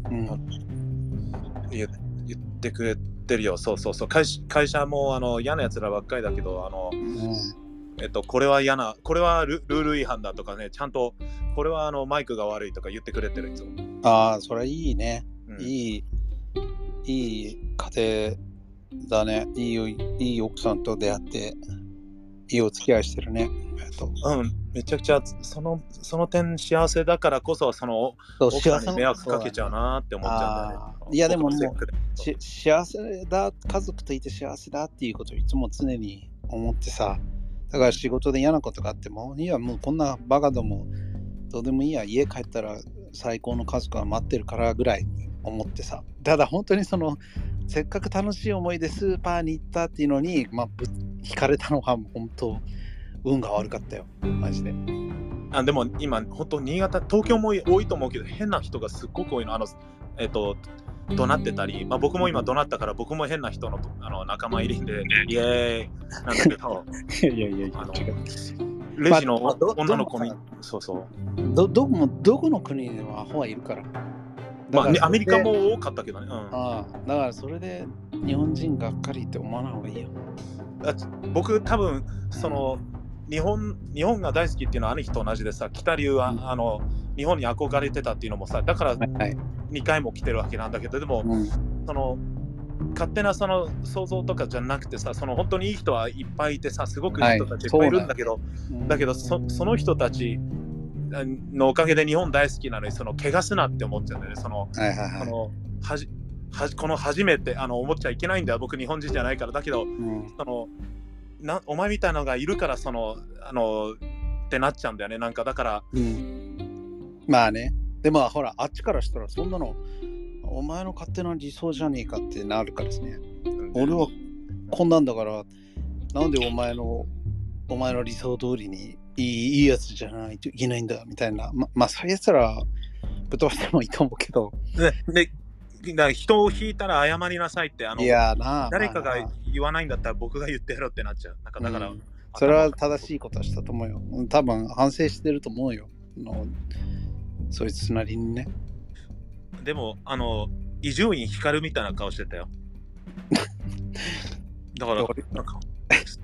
言ってくれてるよ。そう会社も嫌なやつらばっかりだけど、これはこれはルール違反だとかね、ちゃんとこれはマイクが悪いとか言ってくれてる。いつも。 それいいね。いい家庭だね。いい奥さんと出会っていいお付き合いしてるね。 めちゃくちゃその点幸せだからこそ、奥さんに迷惑かけちゃうなって思っちゃうんだよね。 いや、でももう幸せだ、家族といて幸せだっていうことをいつも常に思ってさ、だから仕事で嫌なことがあっても、いや、もうこんなバカどもどうでもいいや、家帰ったら最高の家族が待ってるからぐらいに思ってさ。ただ本当にせっかく楽しい思いでスーパーに行ったっていうのに、引かれたのが本当運が悪かったよ、マジで。 でも今本当新潟、東京も多いと思うけど、変な人がすっごく多いの。怒鳴ってたり、僕も今怒鳴ったから僕も変な人の仲間入りでイエーイなんだけどいやレジの女の子に、 どこの国でもアホはいるから。 アメリカも多かったけどね。 だからそれで日本人がっかりって思わない方がいいよ。 僕多分日本が大好きっていうのは兄貴と同じでさ、北流は日本に憧れてたっていうのもさ、だから2回も来てるわけなんだけど、でも勝手な想像とかじゃなくてさ、本当にいい人はいっぱいいてさ、すごくいい人たちいっぱいいるんだけど、その人たちのおかげで日本大好きなのに、怪我すなって思っちゃうんだよね。この初めて思っちゃいけないんだよ、僕日本人じゃないから。だけど、お前みたいなのがいるからってなっちゃうんだよね。なんかだから、 まあね、でもほら、あっちからしたらそんなのお前の勝手な理想じゃねえかってなるからですね。俺はこんなんだから、なんでお前の理想通りにいいやつじゃないといけないんだみたいな。そういうやつらぶっ飛ばしてもいいと思うけど。 で人を引いたら謝りなさいって誰かが言わないんだったら僕が言ってやろうってなっちゃう。だから、 それは正しいことはしたと思うよ。多分反省してると思うよ。そいつなりにね。 でも伊集院光みたいな顔してたよ。だからなんか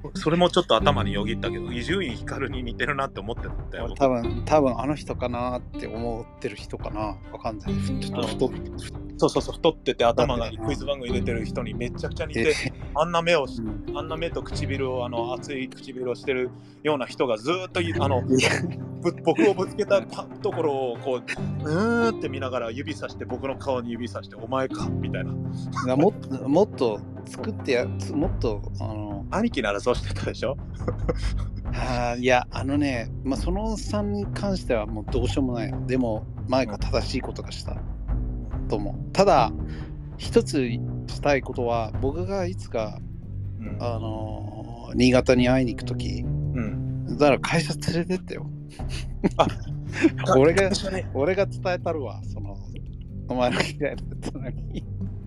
それもちょっと頭によぎったけど、伊集院光に似てるなって思ってたよ。 多分あの人かなって思ってる人かな。わかんない。ちょっとそう太ってて頭がクイズ番組出てる人にめちゃくちゃ似て、あんな目と唇を熱い唇をしてるような人がずっと僕をぶつけたところをこうって見ながら指さして、僕の顔に指さしてお前かみたいな。 もっと作ってもっと兄貴ならそうしてたでしょ。 いやその3に関してはもうどうしようもない。でもマイクは正しいことがしたと思う。ただ一つしたいことは、僕がいつか、新潟に会いに行くとき、だから会社連れてってよ。俺が伝えたるわ、お前の嫌いだったのに。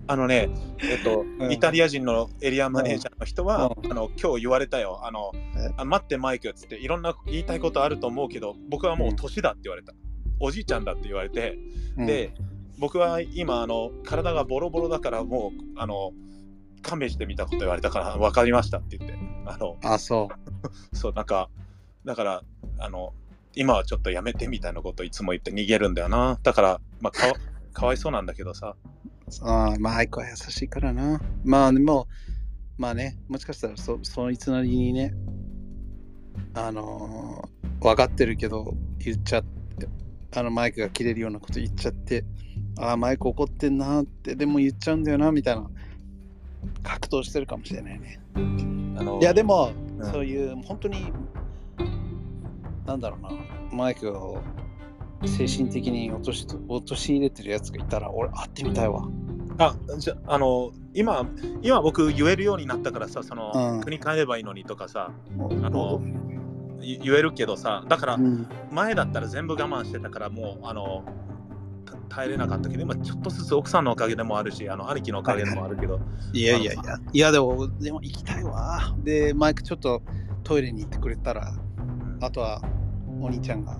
イタリア人のエリアマネージャーの人は、今日言われたよ。待ってマイクっつって、いろんな言いたいことあると思うけど、僕はもう年だって言われた。おじいちゃんだって言われて、で僕は今体がボロボロだからもう勘弁してみたこと言われたから分かりましたって言ってそうだから今はちょっとやめてみたいなこといつも言って逃げるんだよな。だからかわいそうなんだけどさ。 マイクは優しいからな。でももしかしたらそいつなりにね分かってるけど言っちゃって、マイクが切れるようなこと言っちゃって、マイク怒ってんなってでも言っちゃうんだよなみたいな格闘してるかもしれないね。いやでも、そういう本当になんだろうな、マイクを精神的に陥れてるやつがいたら俺会ってみたいわ。 じゃ今僕言えるようになったからさ、国変えればいいのにとかさ、言えるけどさ、だから前だったら全部我慢してたからもう耐えれなかったけど、今ちょっとずつ奥さんのおかげでもあるし、兄貴のおかげでもあるけど、 いやでも行きたいわ。でマイクちょっとトイレに行ってくれたら、あとはお兄ちゃんが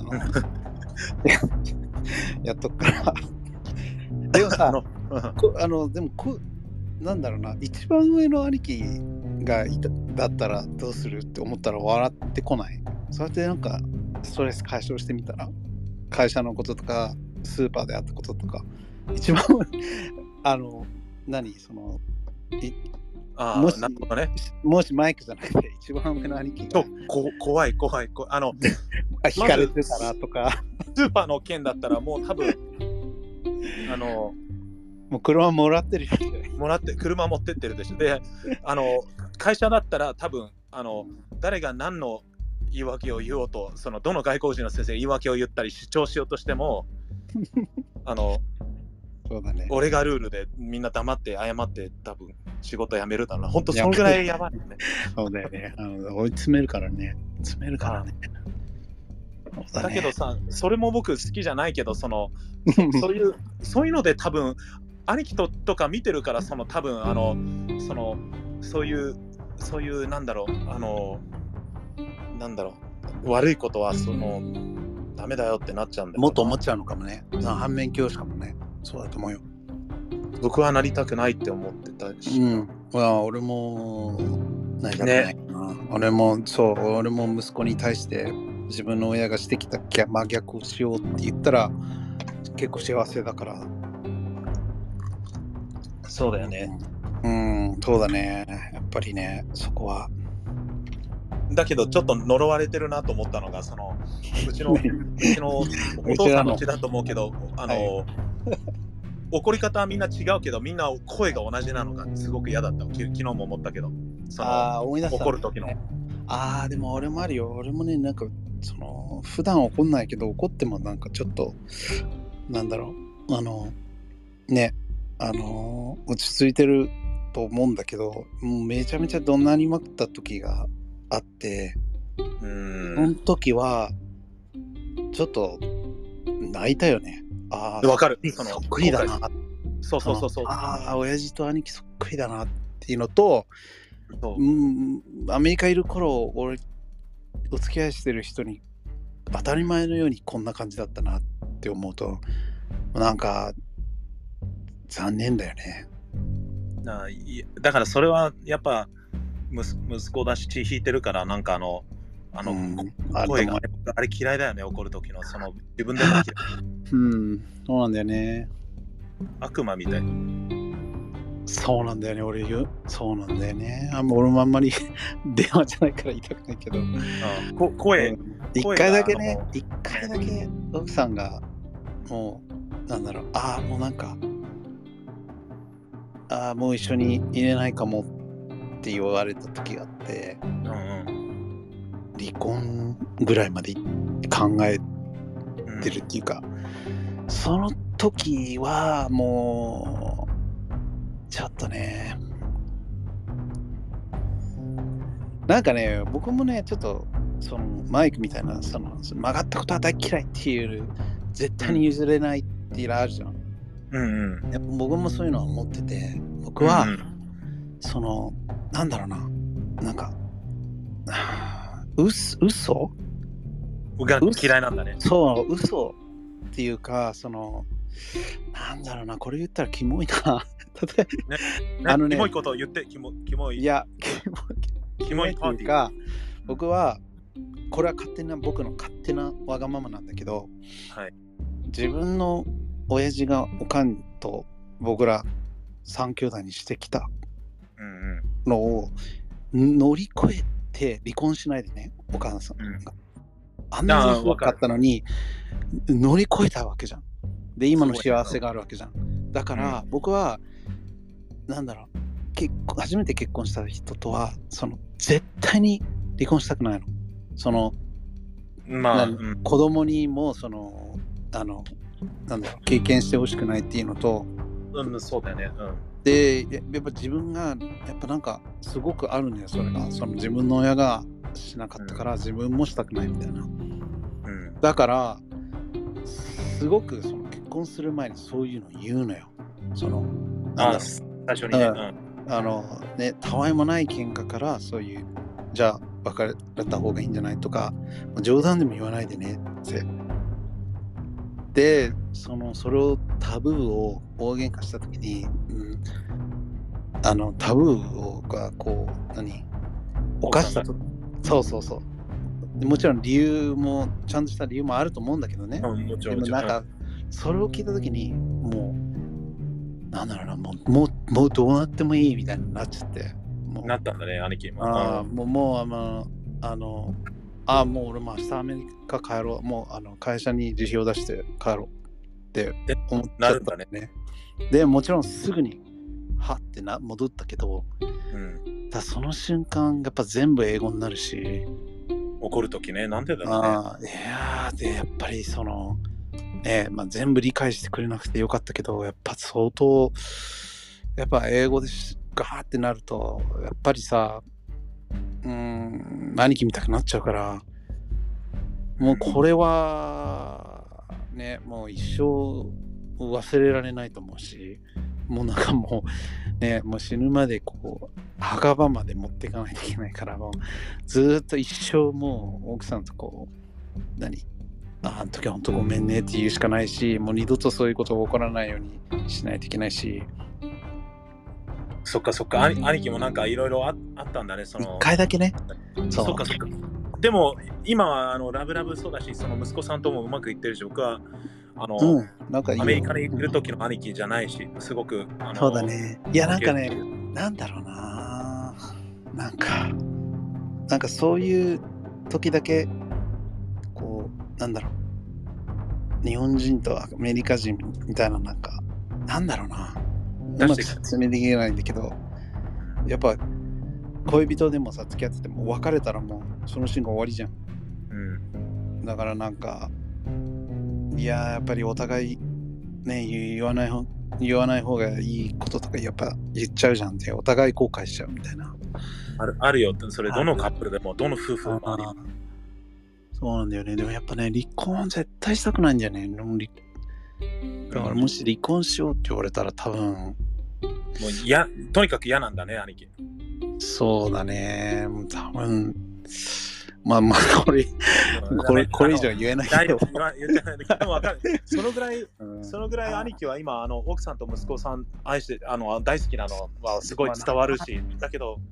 やっとくからでもさでもなんだろうな、一番上の兄貴がだったらどうするって思ったら笑ってこない？そうやってなんかストレス解消してみたら、会社のこととかスーパーであったこととか、一番もしマイクじゃなくて一番上の兄貴が怖い引かれてたらとかスーパーの件だったらもう多分もう車もらってるよ車持ってってるでしょ。で会社だったら多分誰が何の言い訳を言おうと、どの外国人の先生が言い訳を言ったり主張しようとしてもそうだね、 俺がルールでみんな黙って謝って多分仕事辞めるだろうな。本当そのぐらいやばいよね。 そうだよね。追い詰めるからね。 だけどさ、それも僕好きじゃないけど、そういうので多分兄貴とか見てるから、多分そういうなんだろう悪いことはダメだよってなっちゃうんだよ。 もっと思っちゃうのかもね。反面教師かもね。そうだと思うよ。 僕はなりたくないって思ってたし。 俺もなりたくないな。俺も息子に対して自分の親がしてきた真逆をしようって言ったら結構幸せだから。 そうだよね。 そうだね。やっぱりね、そこは。 だけどちょっと呪われてるなと思ったのが、うちのお父さんのうちだと思うけど、怒り方はみんな違うけど、みんな声が同じなのがすごく嫌だった。昨日も思ったけど、 思い出した、 怒る時の。 でも俺もあるよ。俺もね、なんか普段怒んないけど、怒ってもなんかちょっとなんだろう、落ち着いてると思うんだけど、もうめちゃめちゃ怒鳴りまくった時があって、その時はちょっと泣いたよね。 わかる。 そっくりだな。 そう。 親父と兄貴そっくりだなっていうのと、アメリカいる頃俺お付き合いしてる人に当たり前のようにこんな感じだったなって思うと、なんか残念だよね。 だからそれはやっぱ息子だし血引いてるからなんか声があれ嫌いだよね、怒る時のその自分でも嫌い。 そうなんだよね。 悪魔みたい。 そうなんだよね、そうなんだよね。俺もあんまり電話じゃないから言いたくないけど。 声。 一回だけ奥さんがもうなんだろう、もうなんかもう一緒にいれないかもって言われた時があって、離婚ぐらいまで考えてるっていうか、その時はもうちょっとね、なんかね、僕もねちょっとそのマイクみたいなその曲がったことは大嫌いっていう、絶対に譲れないっていうのあるじゃん。やっぱ僕もそういうのは思ってて、僕は、そのなんだろうな、なんか嘘が嫌いなんだね。 そう、嘘っていうか、そのなんだろうな、これ言ったらキモいな。 キモいことを言って、キモい。 いや、 キモいっていうか、僕はこれは僕の勝手なわがままなんだけど、自分の親父がおかんと僕ら3兄弟にしてきたのを乗り越えて離婚しないでね、お母さんが、あんなに良かったのに乗り越えたわけじゃん。で今の幸せがあるわけじゃん。だから僕はなんだろう、初めて結婚した人とはその絶対に離婚したくないの。その子供にもそのなんだろう、経験してほしくないっていうのと、 そうだよね。 でやっぱ自分がやっぱなんかすごくあるんだよ、それが。その自分の親がしなかったから自分もしたくないみたいな。だからすごくその結婚する前にそういうの言うのよ。その最初にね。 ね、たわいもない喧嘩からそういう、じゃあ別れた方がいいんじゃないとか、冗談でも言わないでねって。でそれをタブーを大喧嘩した時に、タブーがこう犯したと、そうもちろん理由もちゃんとした理由もあると思うんだけどね。でもなんかそれを聞いた時にもうなんだろうな、もうどうなってもいいみたいになっちゃって、 なったんだね、兄貴も。 もう俺も明日アメリカ帰ろう、もう会社に辞表出して帰ろうって思っちゃったね。でもちろんすぐにはって戻ったけど、だその瞬間やっぱ全部英語になるし、 怒るときね、なんでだろうね。 いやでやっぱりその全部理解してくれなくてよかったけど、やっぱ相当やっぱ英語でガーってなるとやっぱりさ、兄貴見たくなっちゃうから、もうこれはね、もう一生忘れられないと思うし、もうなんかもう死ぬまでこう墓場まで持っていかないといけないから、もうずっと一生もう奥さんとこうあの時は本当ごめんねって言うしかないし、もう二度とそういうことが起こらないようにしないといけないし。 そっか兄貴もなんかいろいろあったんだね、その一回だけね。 そっかでも今はラブラブそうだし、その息子さんともうまくいってるし、僕はなんかアメリカにいる時の兄貴じゃないし、すごくそうだね。いやなんかね、なんだろうな、なんかそういう時だけこうなんだろう、日本人とアメリカ人みたいな、なんかなんだろうな、うまく説明できないんだけど、やっぱ恋人でもさ付き合ってても別れたらもうその瞬間終わりじゃん。だからなんかやっぱりお互いね、言わない方がいいこととかやっぱ言っちゃうじゃんって、お互い後悔しちゃうみたいな。あるよって、それどのカップルでもどの夫婦もある。 そうなんだよね。でもやっぱね、離婚絶対したくないんだよね。だからもし離婚しようって言われたら多分もうとにかく嫌なんだね、兄貴。 そうだね、多分まあこれ以上言えないけどそのぐらい兄貴は今奥さんと息子さん愛して大好きなのはすごい伝わるし、だけど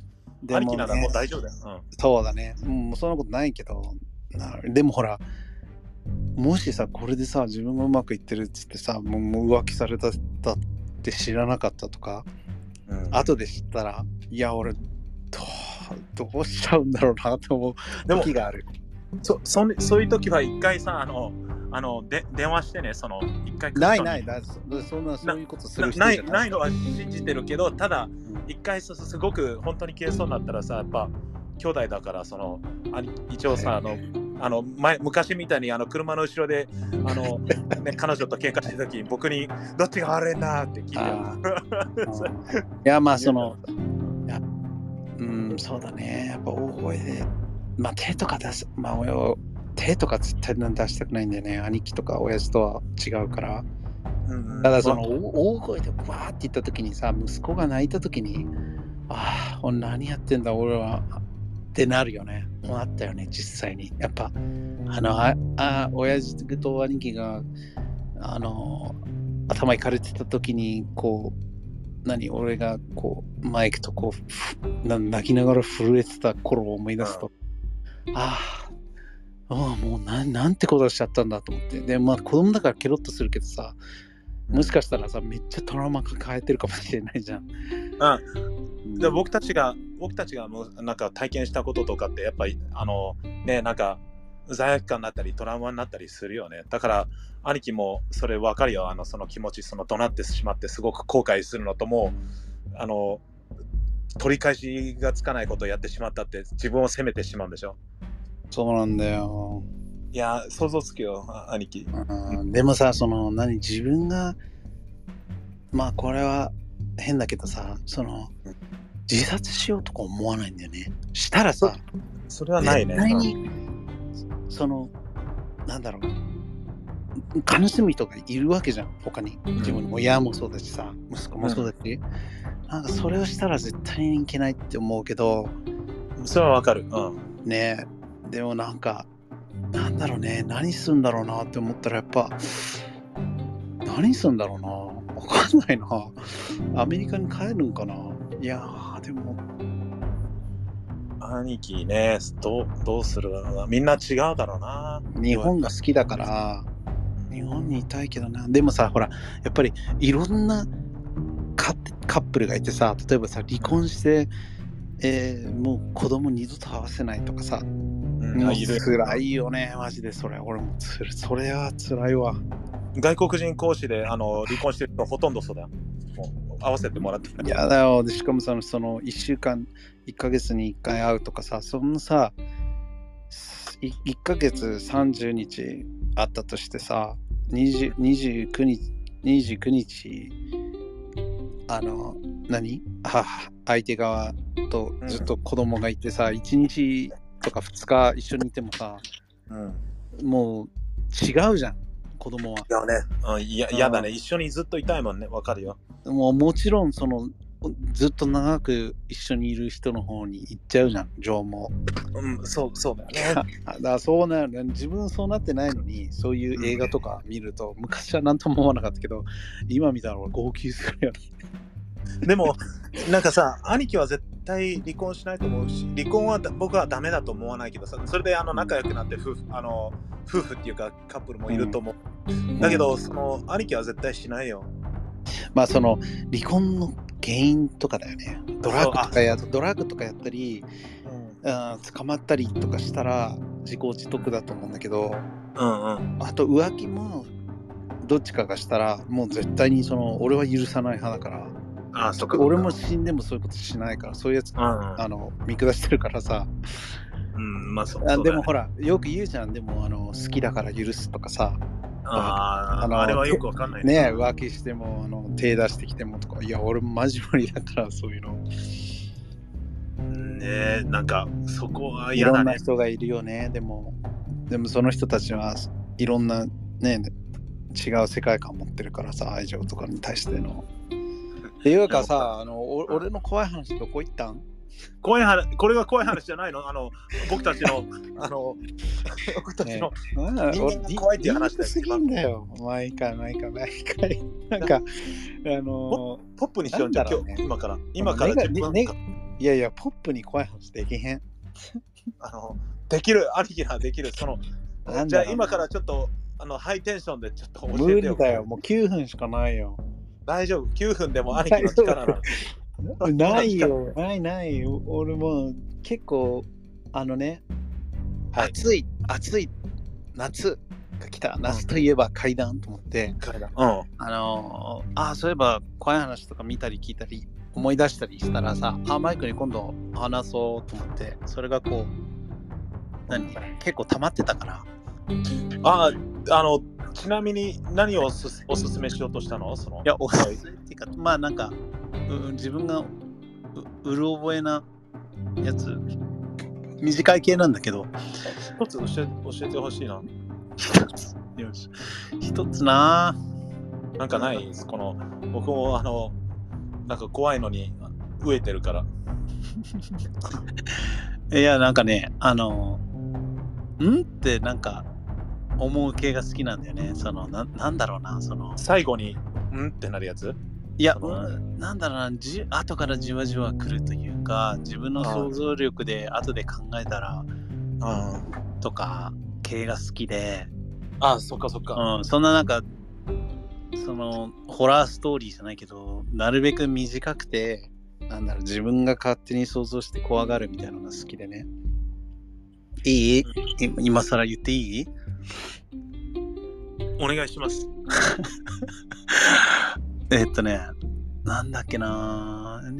兄貴ならもう大丈夫だよ。 そうだね。もうそんなことないけど、でもほら、もしさ、これでさ、自分がうまくいってるっつってさ、もう浮気されたって知らなかったとか、後で知ったら、いや、俺、どうしちゃうんだろうなって思う時がある。 そういう時は一回さ、電話してね、一回ない、そういうことする人じゃないのは信じてるけど、ただ、一回すごく本当に消えそうになったらさ、やっぱ兄弟だから、一応さ、昔みたいに車の後ろで彼女と喧嘩してる時に僕にどっちが悪いんだって聞いていや、まあそうだね。やっぱ大声で、まあ手とか出す、まあ手とか絶対出したくないんだよね。兄貴とか親父とは違うから。ただ大声でバーって言った時にさ、息子が泣いた時に、俺何やってんだ俺はってなるよね。もうあったよね、実際に。やっぱ親父と兄貴が頭いかれてた時に俺がマイクと泣きながら震えてた頃を思い出すと、もうなんてことしちゃったんだと思って。で、まあ子供だからケロッとするけどさ、もしかしたらさ、めっちゃトラウマ抱えてるかもしれないじゃん。 で僕たちがもうなんか体験したこととかってやっぱりなんか罪悪感になったりトラウマになったりするよね。だから兄貴もそれ分かるよ。その気持ち、怒鳴ってしまってすごく後悔するのとも取り返しがつかないことをやってしまったって自分を責めてしまうんでしょ。 そうなんだよ。 いや、想像つくよ、兄貴。 でもさ、自分がまあこれは変だけどさ、自殺しようとか思わないんだよね。したらさ、 それはないね。 絶対になんだろう、悲しむ人がいるわけじゃん、他に。自分の親もそうだしさ、息子もそうだし、なんかそれをしたら絶対にいけないって思うけど、 それはわかる。 ねえ、でもなんかなんだろうね、何するんだろうなって思ったら、やっぱ何するんだろうな、わかんないな。アメリカに帰るんかな。いやでも兄貴ね、どうするだろうな。みんな違うだろうな。 日本が好きだから日本にいたいけどな。でもさ、ほらやっぱりいろんなカップルがいてさ、例えばさ離婚して、もう子供二度と会わせないとかさ、もう辛いよね、マジで。それ俺もそれは辛いわ。 外国人講師で離婚してる人ほとんどそうだよ。もう合わせてもらっていやだよ。でしかもその1週間1ヶ月に1回会うとかさ、そのさ1ヶ月30日あったとしてさ、29日相手側とずっと子供がいてさ、1日とか2日一緒にいてもさ、もう違うじゃん、子供は。 いやね、嫌だね。一緒にずっといたいもんね。わかるよ。 もちろんずっと長く一緒にいる人の方に行っちゃうじゃん、情も。 そうだよね。 だからそうなるね。自分そうなってないのに、そういう映画とか見ると、昔は何とも思わなかったけど、今見たら号泣するよね。 でもなんかさ、兄貴は絶対離婚しないと思うし、離婚は僕はダメだと思わないけどさ、それで仲良くなって夫婦っていうかカップルもいると思う。だけど兄貴は絶対しないよ。 まあ離婚の原因とかだよね。ドラッグとかやったり、捕まったりとかしたら自業自得だと思うんだけど、あと浮気もどっちかがしたらもう絶対に俺は許さない派だから。俺も死んでもそういうことしないから、そういうやつ、見下してるからさ。でもほらよく言うじゃん。でも好きだから許すとかさ。 あれはよくわかんないね。浮気しても手出してきてもとか、いや俺もマジ無理だからそういうの。 ね、なんかそこは嫌だね。 いろんな人がいるよね。でもその人たちはいろんなね違う世界観を持ってるからさ、愛情とかに対しての。っていうかさ、俺の怖い話どこ行ったん？ これが怖い話じゃないの？僕たちの人間が怖いっていう話だよ。 すぎんだよ。毎回なんかポップにしようじゃん、今から10分間。 いやいや、ポップに怖い話できへん。 できる、兄貴ができる。じゃあ今からちょっとハイテンションでちょっと教えてよ。 無理だよ、もう9分しかないよ。 大丈夫、9分でも兄貴の力なの。ないよ、ないよ。俺も結構、暑い夏が来た。夏といえば階段と思って、そういえば怖い話とか見たり聞いたり思い出したりしたらさ、マイクに今度話そうと思って、それがこう、結構溜まってたから。 ちなみに何をおすすめしようとしたの？ いや、おすすめっていうか、まあなんか、自分がうる覚えなやつ、短い系なんだけど、 一つ教えてほしいな。 一つな。 なんかない？僕もなんか怖いのに飢えてるから。 いや、なんかね、ってなんか思う系が好きなんだよね。なんだろうな、 最後にってなるやつ？ いや、なんだろうな、後からじわじわ来るというか、自分の想像力で後で考えたらとか系が好きで。 そっかそっか。 そんななんかホラーストーリーじゃないけど、なるべく短くて、なんだろう、自分が勝手に想像して怖がるみたいなのが好きでね。いい？今更言っていい？ お願いします。 なんだっけななん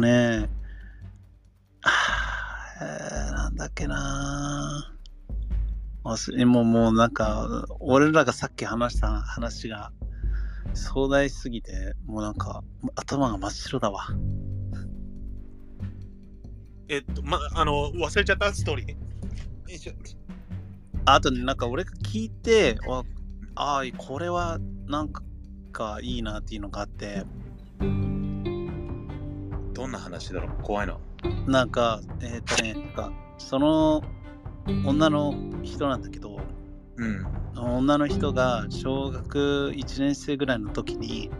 だっけなもうなんか、俺らがさっき話した話が壮大すぎて、もうなんか頭が真っ白だわ。 忘れちゃったストーリー。 あとね、なんか俺が聞いて、これはなんかいいなっていうのがあって。 どんな話だろう？怖いの。 なんかその女の人なんだけど、女の人が小学1年生ぐらいの時に、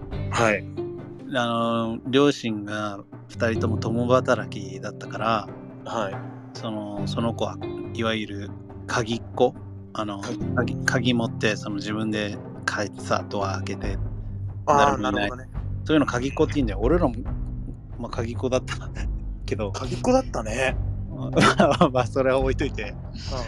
両親が2人とも共働きだったから、その子はいわゆる鍵っ子、鍵持って自分で帰ってさ、ドア開けて、 なるほどね。 そういうの鍵っ子って言うんだよ。俺らも、鍵っ子だったけど。 鍵っ子だったね。 まあそれは置いといて。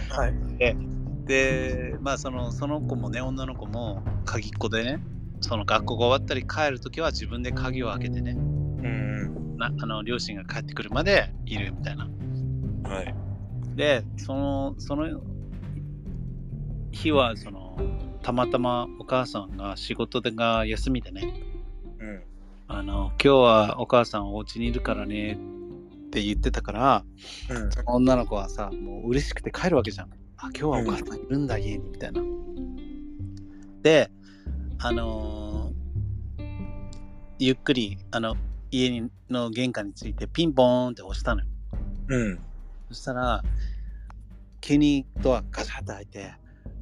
で、その子もね、女の子も鍵っ子でね、学校が終わったり帰るときは自分で鍵を開けてね、両親が帰ってくるまでいるみたいな。で、その日はたまたまお母さんが仕事が休みでね、今日はお母さんお家にいるからねって言ってたから、女の子はさ、もう嬉しくて帰るわけじゃん。今日はお母さんいるんだ、家にみたいな。で、ゆっくり家の玄関についてピンポーンって押したのよ。そしたら急にドアガチャッと開いて、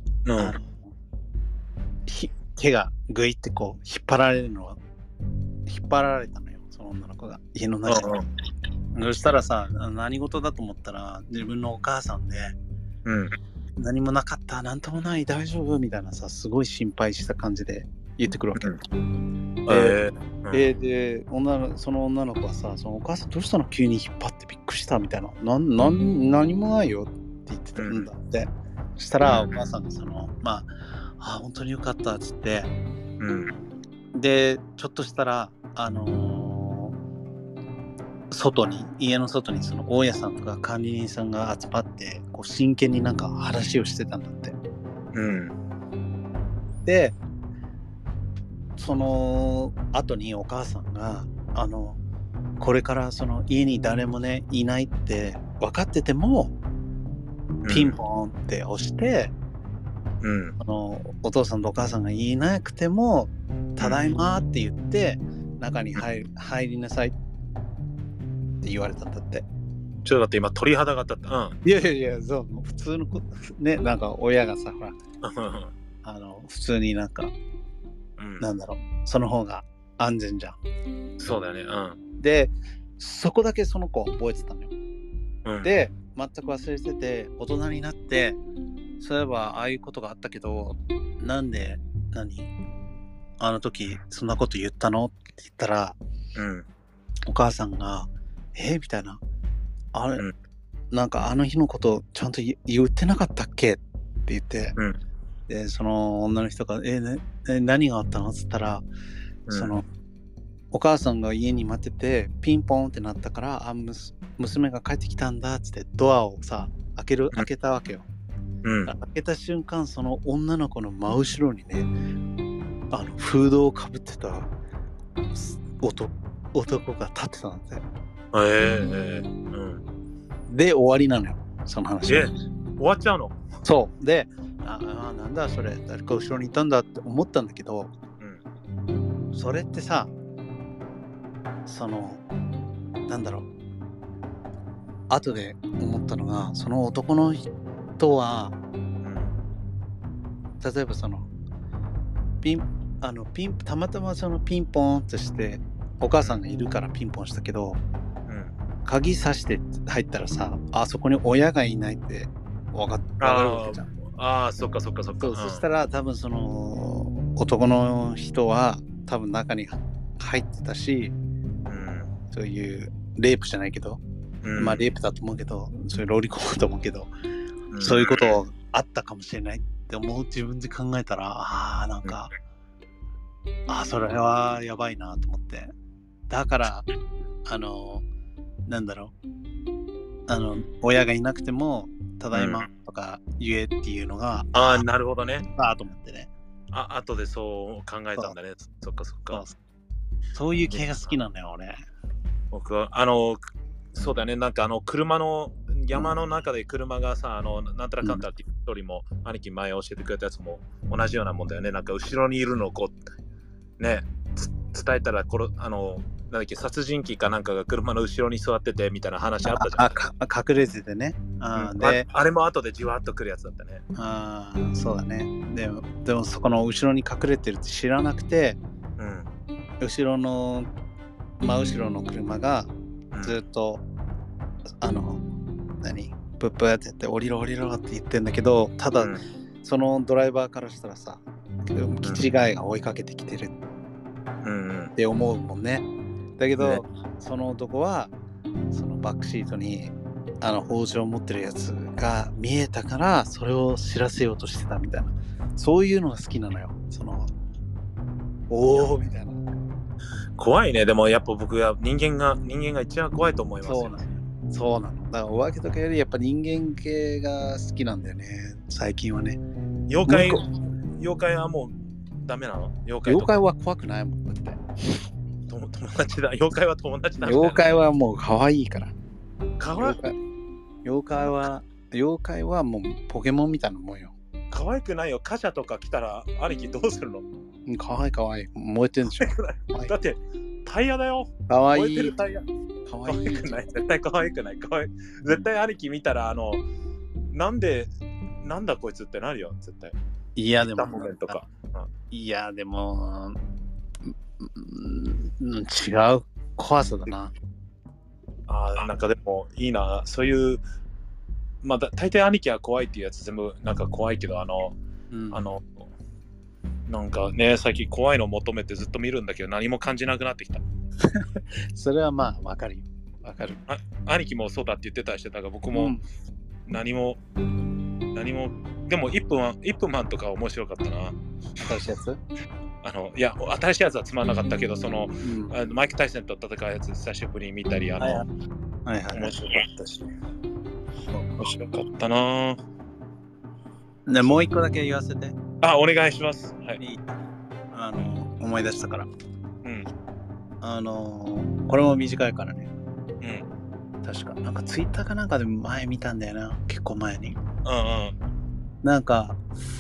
手がグイってこう引っ張られたのよ、その女の子が家の中に。そしたらさ、何事だと思ったら自分のお母さんで、何もなかった、なんともない、大丈夫みたいなさ、すごい心配した感じで言ってくるわけ。で、その女の子はさ、お母さんどうしたの、急に引っ張ってびっくりしたみたいな、何もないよって言ってたんだって。そしたらお母さんが本当によかったっつって、でちょっとしたら家の外に大家さんとか管理人さんが集まってこう真剣になんか話をしてたんだって。でその後にお母さんがこれから家に誰もねいないって分かっててもピンポンって押して、お父さんとお母さんがいなくてもただいまって言って中に入りなさいって言われたんだって。 ちょっとだって今鳥肌が立った。 いやそう、普通のね、なんか親がさ、ほら普通になんか、なんだろう、その方が安全じゃん。 そうだよね。 でそこだけその子は覚えてたのよ。で、全く忘れてて、大人になって、そういえばああいうことがあったけど、なんで、あの時そんなこと言ったのって言ったら、お母さんが、みたいな。あれ、なんかあの日のことちゃんと言ってなかったっけって言って、で、その女の人が、何があったのって言ったら、その、お母さんが家に待ってて、ピンポンってなったから、娘が帰ってきたんだっつってドアをさ、開けたわけよ。開けた瞬間、その女の子の真後ろにね、フードをかぶってた男が立ってたんだって。で、終わりなのよ、その話。 終わっちゃうの？ そう。で、なんだそれ、誰か後ろにいたんだって思ったんだけど、それってさ、なんだろう、後で思ったのが、その男の人は、例えばたまたまそのピンポーンとしてお母さんがいるからピンポンしたけど、鍵さして入ったらさ、そこに親がいないって分かるわけじゃん。 そっか。そしたら多分その男の人は多分中に入ってたし、そういうレイプじゃないけど、まあレイプだと思うけど、そういうロリコンだと思うけど、そういうことあったかもしれないって自分で考えたら、なんか、それはやばいなと思って。だからなんだろう、親がいなくてもただいまとか言えっていうのが、 なるほどね。 と思ってね。 後でそう考えたんだね。そっか。 そういう系が好きなんだよ俺。 僕はそうだね、なんか車の山の中で車がさ、なんたらかんたらっていうストーリーも、兄貴前教えてくれたやつも同じようなもんだよね。なんか後ろにいるのをこうね、伝えたらなんだっけ、殺人鬼かなんかが車の後ろに座っててみたいな話あったじゃん。 隠れててね。 であれも後でじわっとくるやつだったね。 そうだね。でもそこの後ろに隠れてるって知らなくて、後ろの真後ろの車がずっと、ブッブーって言って降りろって言ってんだけど、ただ、そのドライバーからしたらさ、気違いが追いかけてきてるって思うもんね。だけど、その男はそのバックシートに包丁を持ってるやつが見えたから、それを知らせようとしてたみたいな、そういうのが好きなのよ。みたいな。 怖いね。でもやっぱ僕は人間が一番怖いと思いますよ。 そうなの。だからお化けとかよりやっぱ人間系が好きなんだよね、最近はね。 妖怪はもうダメなの？ 妖怪は怖くないもんだって。 友達だ。妖怪は友達だ。 妖怪はもう可愛いから。 妖怪はもうポケモンみたいなもんよ。 可愛くないよ。貨車とか来たら兄貴どうするの？ 可愛い。燃えてんでしょ。 だってタイヤだよ。 可愛い。 燃えてるタイヤ。可愛くない。絶対可愛くない。絶対兄貴見たらなんだこいつってなるよ。絶対。 いやでも違う怖さだな。 なんかでもいいな。そういうまあ大抵兄貴は怖いっていうやつ全部なんか怖いけどなんかね、最近怖いの求めてずっと見るんだけど何も感じなくなってきた。 それはまあわかる。 兄貴もそうだって言ってたりしてたが、僕も何もでも1分マンとか面白かったな。 新しいやつ？ いや新しいやつはつまんなかったけど、マイク・タイソンと戦うやつ久しぶりに見たり面白かったし、面白かったな。 ね、もう一個だけ言わせて。 お願いします。はい。 思い出したから。これも短いからね。確かなんかツイッターかなんかで前見たんだよな、結構前に。なんか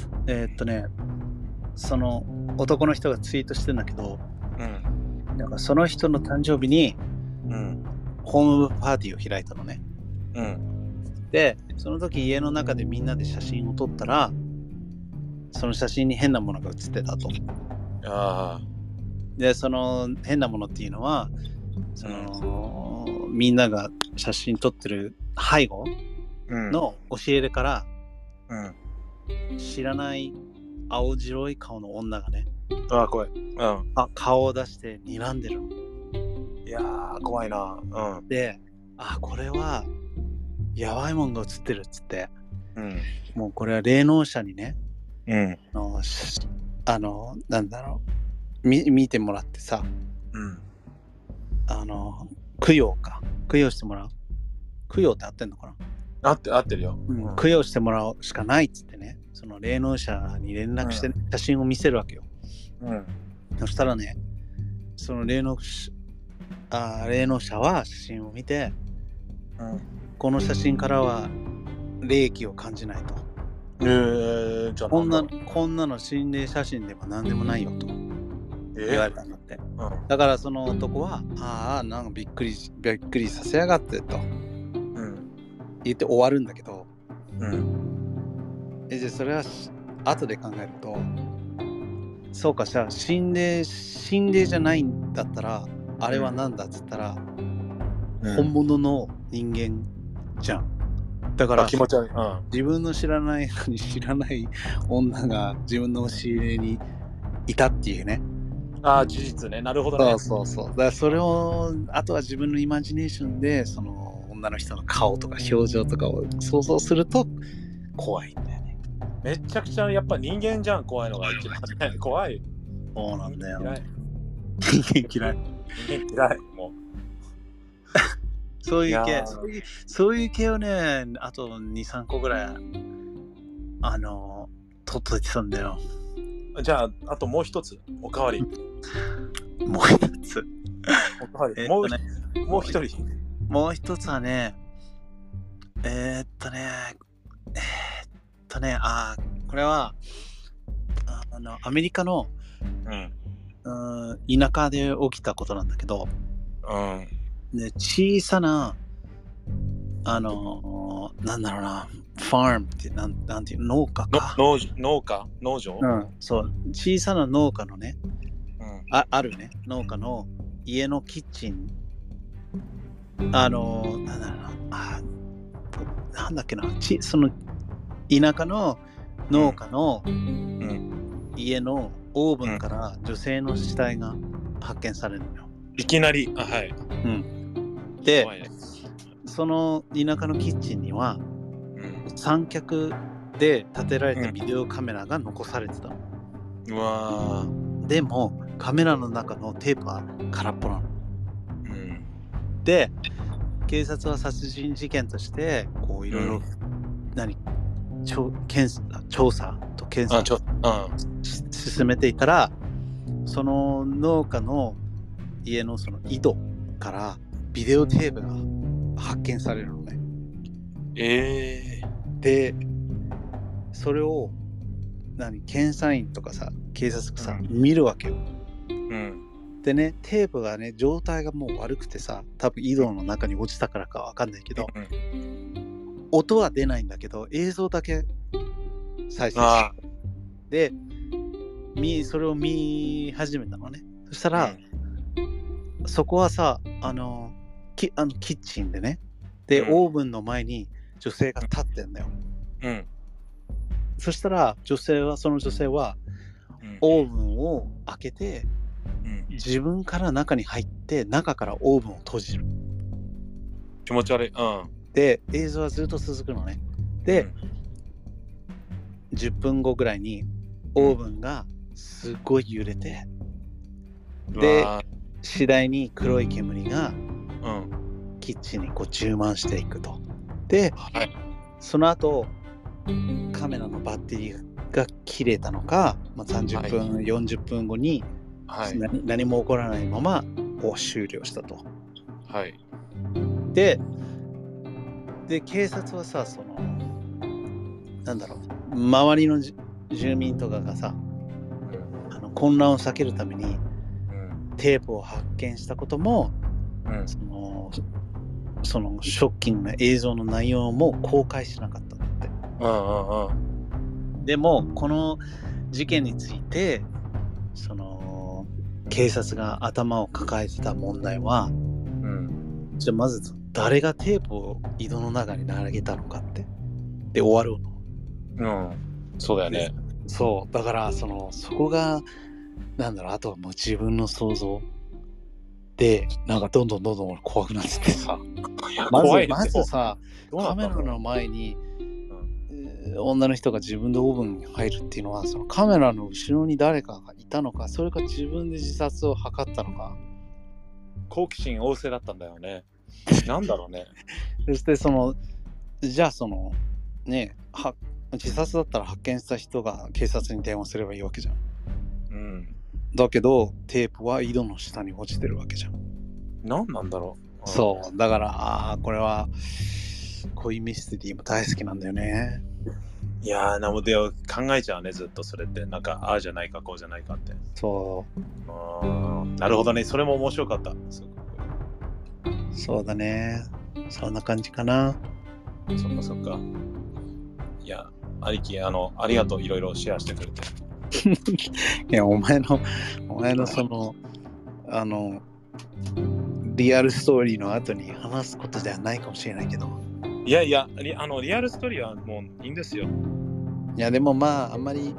その男の人がツイートしてんだけど、なんかその人の誕生日に、ホームパーティーを開いたのね。で、その時家の中でみんなで写真を撮ったら、その写真に変なものが写ってたと。で、その変なものっていうのは、 みんなが写真撮ってる背後の押し入れから、知らない青白い顔の女がね、 怖い。 顔を出して睨んでるの。 いやー、怖いな。 で、これはやばいもんが映ってるっつって、もうこれは霊能者にね、なんだろう、見てもらってさ、供養してもらう。供養って合ってんのかな？ 合ってるよ。 供養してもらうしかないっつってね、その霊能者に連絡して、写真を見せるわけよ。そしたらね、その霊能者は写真を見て、この写真からは霊気を感じないと。 じゃあこんなの心霊写真でも何でもないよと言われたんだって。だからその男はなんかびっくりさせやがってと、言って終わるんだけど、じゃあそれは後で考えると、そうか、じゃあ心霊じゃないんだったらあれはなんだっつったら、本物の人間じゃん。だから気持ち悪い、 自分の知らない女が自分の押し入れにいたっていうね。 事実ね。なるほどね。 そう。だからそれをあとは自分のイマジネーションでその女の人の顔とか表情とかを想像すると怖いんだよね。 めちゃくちゃやっぱ人間じゃん、怖いのが一番怖い。 そうなんだよ。 人間嫌い。もう。 そういう系をね、あと 2,3 個ぐらい取っといてたんだよ。 じゃああともう一つおかわり。 もう一つ。 おかわり。もう一人。 もう一つはね、これはアメリカの、田舎で起きたことなんだけど、で小さななんだろうな、ファームってなんていう農家か。 農場、 そう、小さな農家のね、あるね農家の家のキッチン、なんだろうな、なんだっけな、その田舎の農家の家のオーブンから女性の死体が発見されるのよ。 いきなり。 で、その田舎のキッチンには、三脚で建てられたビデオカメラが残されてたの。でもカメラの中のテープは空っぽなの。で、警察は殺人事件としてこういろいろ調査と検査進めていたら、その農家の家のその井戸からビデオテープが発見されるのね。で、それを検査員とかさ、警察がさ、見るわけよ。でね、テープがね、状態がもう悪くてさ、多分井戸の中に落ちたからかわかんないけど、音は出ないんだけど映像だけ再生してでそれを見始めたのね。そしたら、そこはさ、キッチンでね、で、オーブンの前に女性が立ってんだよ。そしたらその女性はオーブンを開けて、自分から中に入って中からオーブンを閉じる。 気持ち悪い。 で、映像はずっと続くのね。で、10分後ぐらいにオーブンがすごい揺れて、で、次第に黒い煙がキッチンにこう充満していくと。で、その後カメラのバッテリーが切れたのか、30分、40分後に、何も起こらないまま終了したと。で、警察はさ、そのなんだろう、周りの住民とかがさ、混乱を避けるためにテープを発見したことも、そのショッキングな映像の内容も公開しなかったんだって。でもこの事件について、その警察が頭を抱えてた問題は、 じゃあまず誰がテープを井戸の中に投げたのかってで終わるの。うん、そうだよね。 そうだからそこがなんだろう、あとはもう自分の想像でなんかどんどん怖くなっててさ、まずさカメラの前に、女の人が自分でオーブンに入るっていうのはそのカメラの後ろに誰かがいたのか、それか自分で自殺を図ったのか。 好奇心旺盛だったんだよね。なんだろうね。 そしてじゃあね自殺だったら発見した人が警察に電話すればいいわけじゃん。 うん。 だけどテープは井戸の下に落ちてるわけじゃん。 なんなんだろう。そうだからこれはこういうミステリーも大好きなんだよね。 いやー、で考えちゃうね、ずっとそれって。なんか、ああじゃないか、こうじゃないかって。 そう。 なるほどね、それも面白かった。 そうだね。そんな感じかな。 そっか。いや、兄貴、ありがとう、いろいろシェアしてくれて。 いや、お前のリアルストーリーの後に話すことではないかもしれないけど。 いや、リアルストーリーはもういいんですよ。 いや、でもあんまり、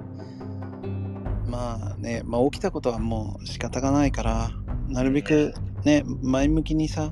起きたことはもう仕方がないから、なるべくね、前向きに考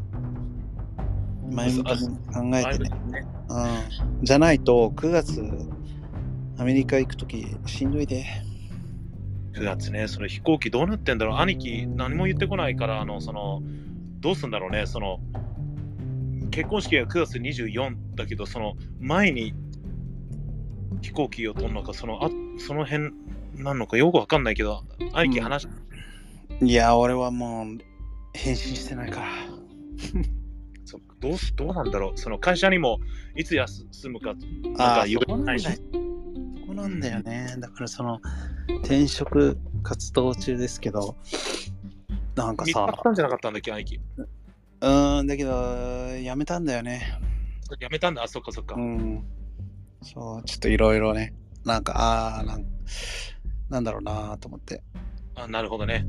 えてね。じゃないと、9月、アメリカ行くときしんどいで。 9月ね、それ飛行機どうなってんだろう。兄貴、何も言ってこないから、どうすんだろうね、結婚式が9月24だけど、前に飛行機を取るのか、その辺なのかよくわかんないけど、兄貴話いや、俺はもう返信してないから。 どうなんだろう。会社にもいつ休むか言わないし。 そこなんだよね。だから転職活動中ですけど、なんかさ。見つかったんじゃなかったんだっけ、兄貴。 だけど、辞めたんだよね。 辞めたんだ、そっか。 そう、ちょっといろいろね、なんだろうなと思って。 なるほどね。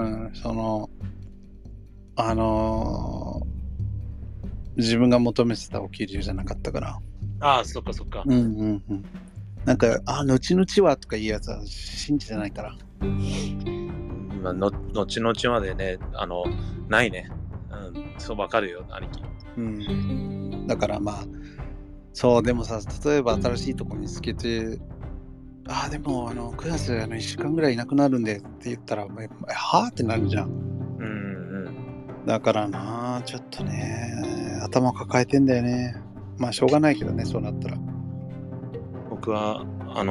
自分が求めてたお給料じゃなかったから。 そっか。 なんか後々はとかいうやつは信じてないから。 後々までね、ないね。そうわかるよ、兄貴。 だからそうでもさ、例えば新しいとこ見つけて、でも9月1週間ぐらいいなくなるんでって言ったら、はぁってなるじゃん。だからな、ちょっとね、頭抱えてんだよね。しょうがないけどね、そうなったら。 僕は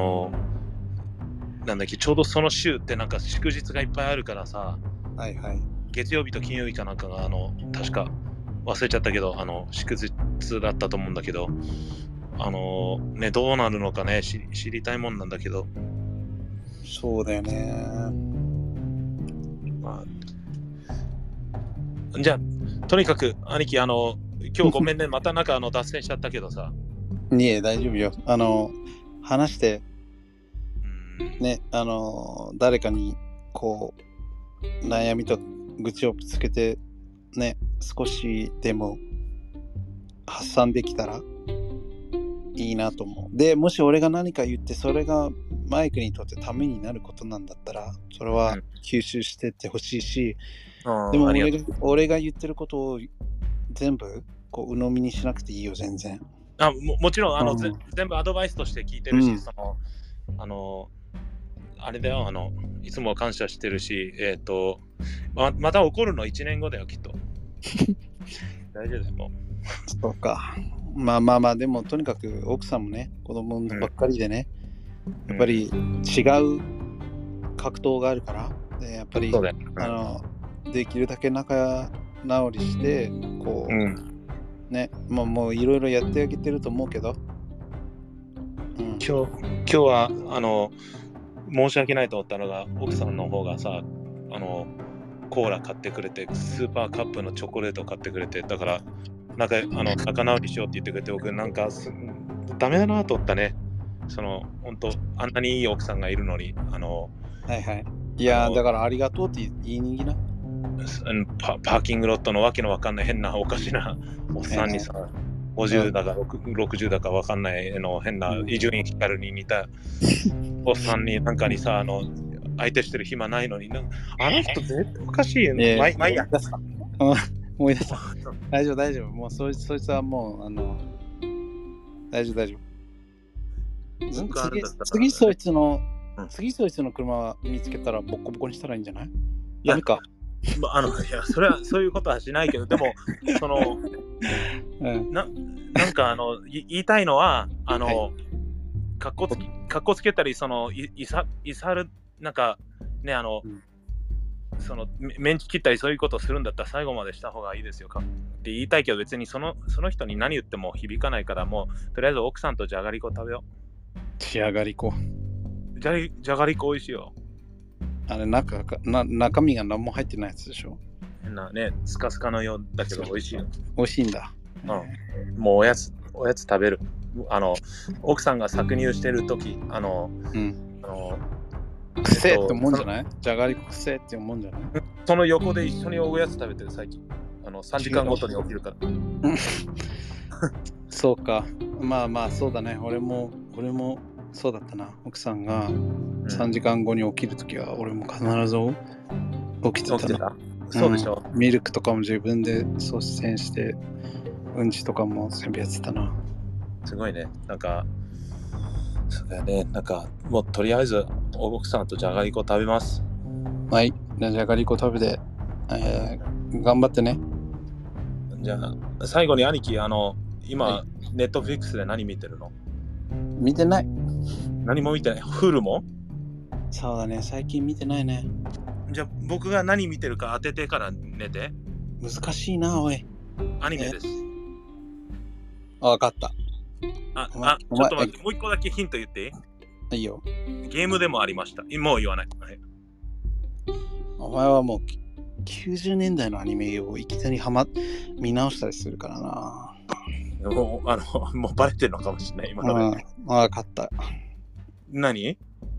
なんだっけ、ちょうどその週ってなんか祝日がいっぱいあるからさ、月曜日と金曜日かなんかが確か忘れちゃったけど祝日だったと思うんだけど、ね、どうなるのかね知りたいもんなんだけど。 そうだよね。 じゃあとにかく兄貴今日ごめんねまたなんか脱線しちゃったけどさ。 いえ大丈夫よ。話してね、誰かにこう悩みと愚痴をぶつけてね、少しでも発散できたらいいなと思う。でもし俺が何か言ってそれがマイクにとってためになることなんだったらそれは吸収してってほしいし、でも俺が言ってることを全部こう鵜呑みにしなくていいよ、全然。 もちろん全部アドバイスとして聞いてるし、あれだよ、いつも感謝してるし、また怒るの1年後だよ、きっと。大丈夫だよ、もう。 そうか。でもとにかく奥さんもね、子供ばっかりでね、やっぱり違う格闘があるから、でやっぱりできるだけ仲直りして、こう、ね、もういろいろやってあげてると思うけど、 今日は申し訳ないと思ったのが、奥さんの方がさ、コーラ買ってくれて、スーパーカップのチョコレート買ってくれて、だからなんか仲直りしようって言ってくれて、僕なんかダメだなと思ったね。本当あんなにいい奥さんがいるのに、 いやだからありがとうって言いにぎな。 パーキングロットのわけのわかんない変なおかしなおっさんにさ、50だか60だかわかんない変な伊集院光に似たおっさんになんかにさ、相手してる暇ないのに、あの人絶対おかしいよね。まあいいや。 思い出した。大丈夫。もうそいつはもう、大丈夫。次そいつの車見つけたらボコボコにしたらいいんじゃない？ いや、いや、それはそういうことはしないけど、でも、なんか言いたいのは、かっこつけたり、いさる、なんかね、メンチ切ったりそういうことをするんだったら最後までした方がいいですよって言いたいけど、別にその人に何言っても響かないから、もうとりあえず奥さんとじゃがりこ食べよう。 じゃがりこ美味しいよ。 あれ中身が何も入ってないやつでしょ。 変なね、スカスカのようだけど美味しいよ。 美味しいんだ。 もうおやつ食べる。奥さんが搾乳してるとき、 くせえって思うんじゃない？じゃがりこくせえって思うんじゃない？ その横で一緒におやつ食べてる最近。3時間ごとに起きるから。 そうか。まあそうだね。俺もそうだったな。奥さんが3時間後に起きるときは俺も必ず起きてたな。 そうでしょ。 ミルクとかも自分で率先してうんちとかも全部やってたな。 すごいね。なんかそうだよね。なんかもうとりあえず奥さんとじゃがりこ食べます。 はい。じゃがりこ食べて、頑張ってね。 じゃあ最後に兄貴今、ネットフリックスで何見てるの？ 見てない。 何も見てない。フルも？ そうだね。最近見てないね。 じゃあ僕が何見てるか当ててから寝て。 難しいな、おい。 アニメです。 わかった。 ちょっと待って、もう一個だけヒント言っていい？ いいよ。 ゲームでもありました。もう言わない。はい、 お前はもう90年代のアニメをいきなり見直したりするからな。 もうバレてるのかもしれない今ので。 わかった。 何？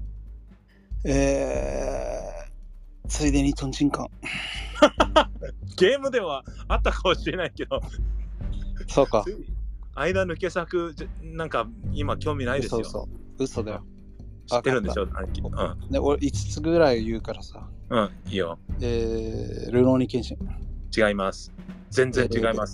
ついでにトンチンカン。 ゲームではあったかもしれないけど。 そうか。 間抜け作なんか今興味ないですよ。 嘘だよ。 知ってるんでしょ？ で俺5つぐらい言うからさ。 いいよ。 ルローニケンシン。 違います。全然違います。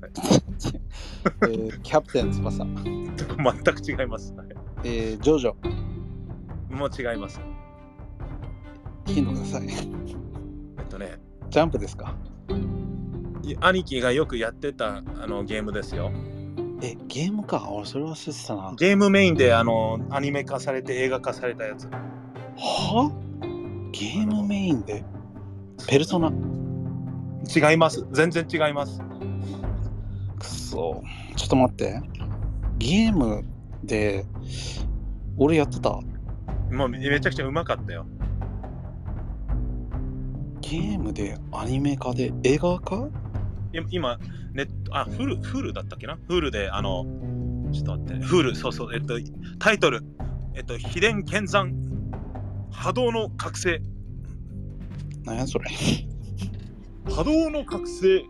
キャプテン翼。 全く違います。 ジョジョ。 もう違います。 ヒントください。ジャンプですか？ 兄貴がよくやってたゲームですよ。 ゲームか。俺それ忘れてたな。 ゲームメインでアニメ化されて映画化されたやつ。 は？ゲームメインでペルソナ？ 違います。全然違います。 くそ。ちょっと待って。ゲームで俺やってた。 もうめちゃくちゃうまかったよ。 ゲームでアニメ化で映画化？ 今フルだったっけな？フルでちょっと待って。フル、そうタイトル秘伝剣山波動の覚醒。 何やそれ？ 波動の覚醒。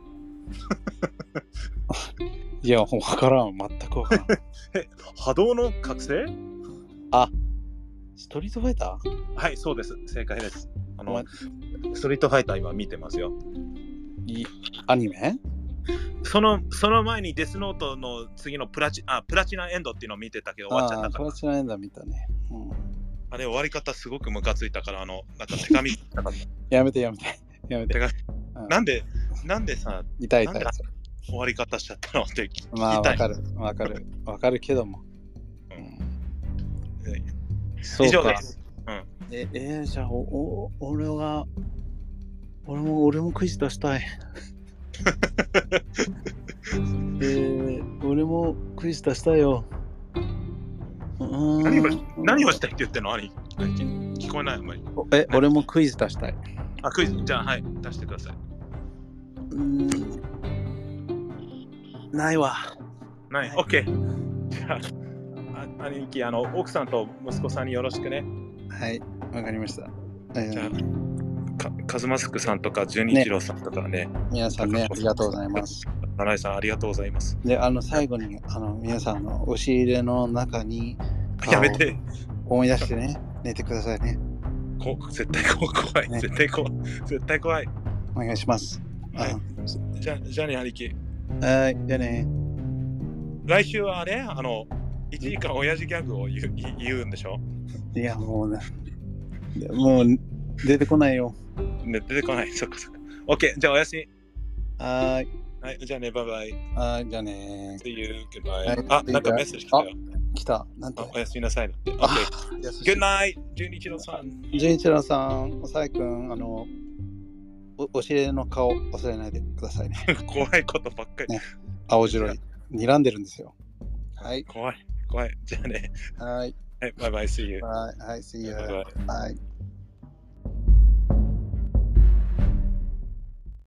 いや、分からん。全く分からん。 波動の覚醒？ ストリートファイター？はい、そうです。正解です。ストリートファイター今見てますよ。 アニメ？ その前にデスノートの次のプラチナエンドっていうのを見てたけど終わっちゃったから。 プラチナエンド見たね。 あれ終わり方すごくムカついたからなんか手紙やめて。 なんでさ、 痛い。 終わり方しちゃったのって聞きたい。 まあわかるけども。 以上です。 じゃあ俺もクイズ出したい。俺もクイズ出したいよ。 何をしたいって言ってんの？聞こえない。あんまり。 俺もクイズ出したい。 クイズじゃあはい出してください。 ないわ。 ない。オッケー。じゃあ兄貴奥さんと息子さんによろしくね。 はい、わかりました。 じゃあカズマスクさんとか、純一郎さんとかね。 皆さんね、ありがとうございます。 七井さん、ありがとうございます。 で、最後に、皆さんの押し入れの中に、 やめて。 思い出してね、寝てくださいね。 絶対怖い、ね。絶対怖い。 お願いします。 はい、じゃあね、兄貴。 はい、じゃあね。 来週はね、1時間親父ギャグを言うんでしょ？ いや、もう出てこないよ。 ね、出てこない。そっか。OK、じゃあおやすみ。 はい。 はい、じゃあね、バイバイ。 はい、じゃあね。 See you, goodbye。なんかメッセージ来たよ。 来た。なんて？ おやすみなさい。OK。Good night、純一郎さん。 純一郎さん、おさいくん、お尻の顔忘れないでくださいね。 怖いことばっかり。 ね、青白い。睨んでるんですよ。はい。 怖い。じゃあね。 はい。 はい、バイバイ、See you。 はい、See you。はい。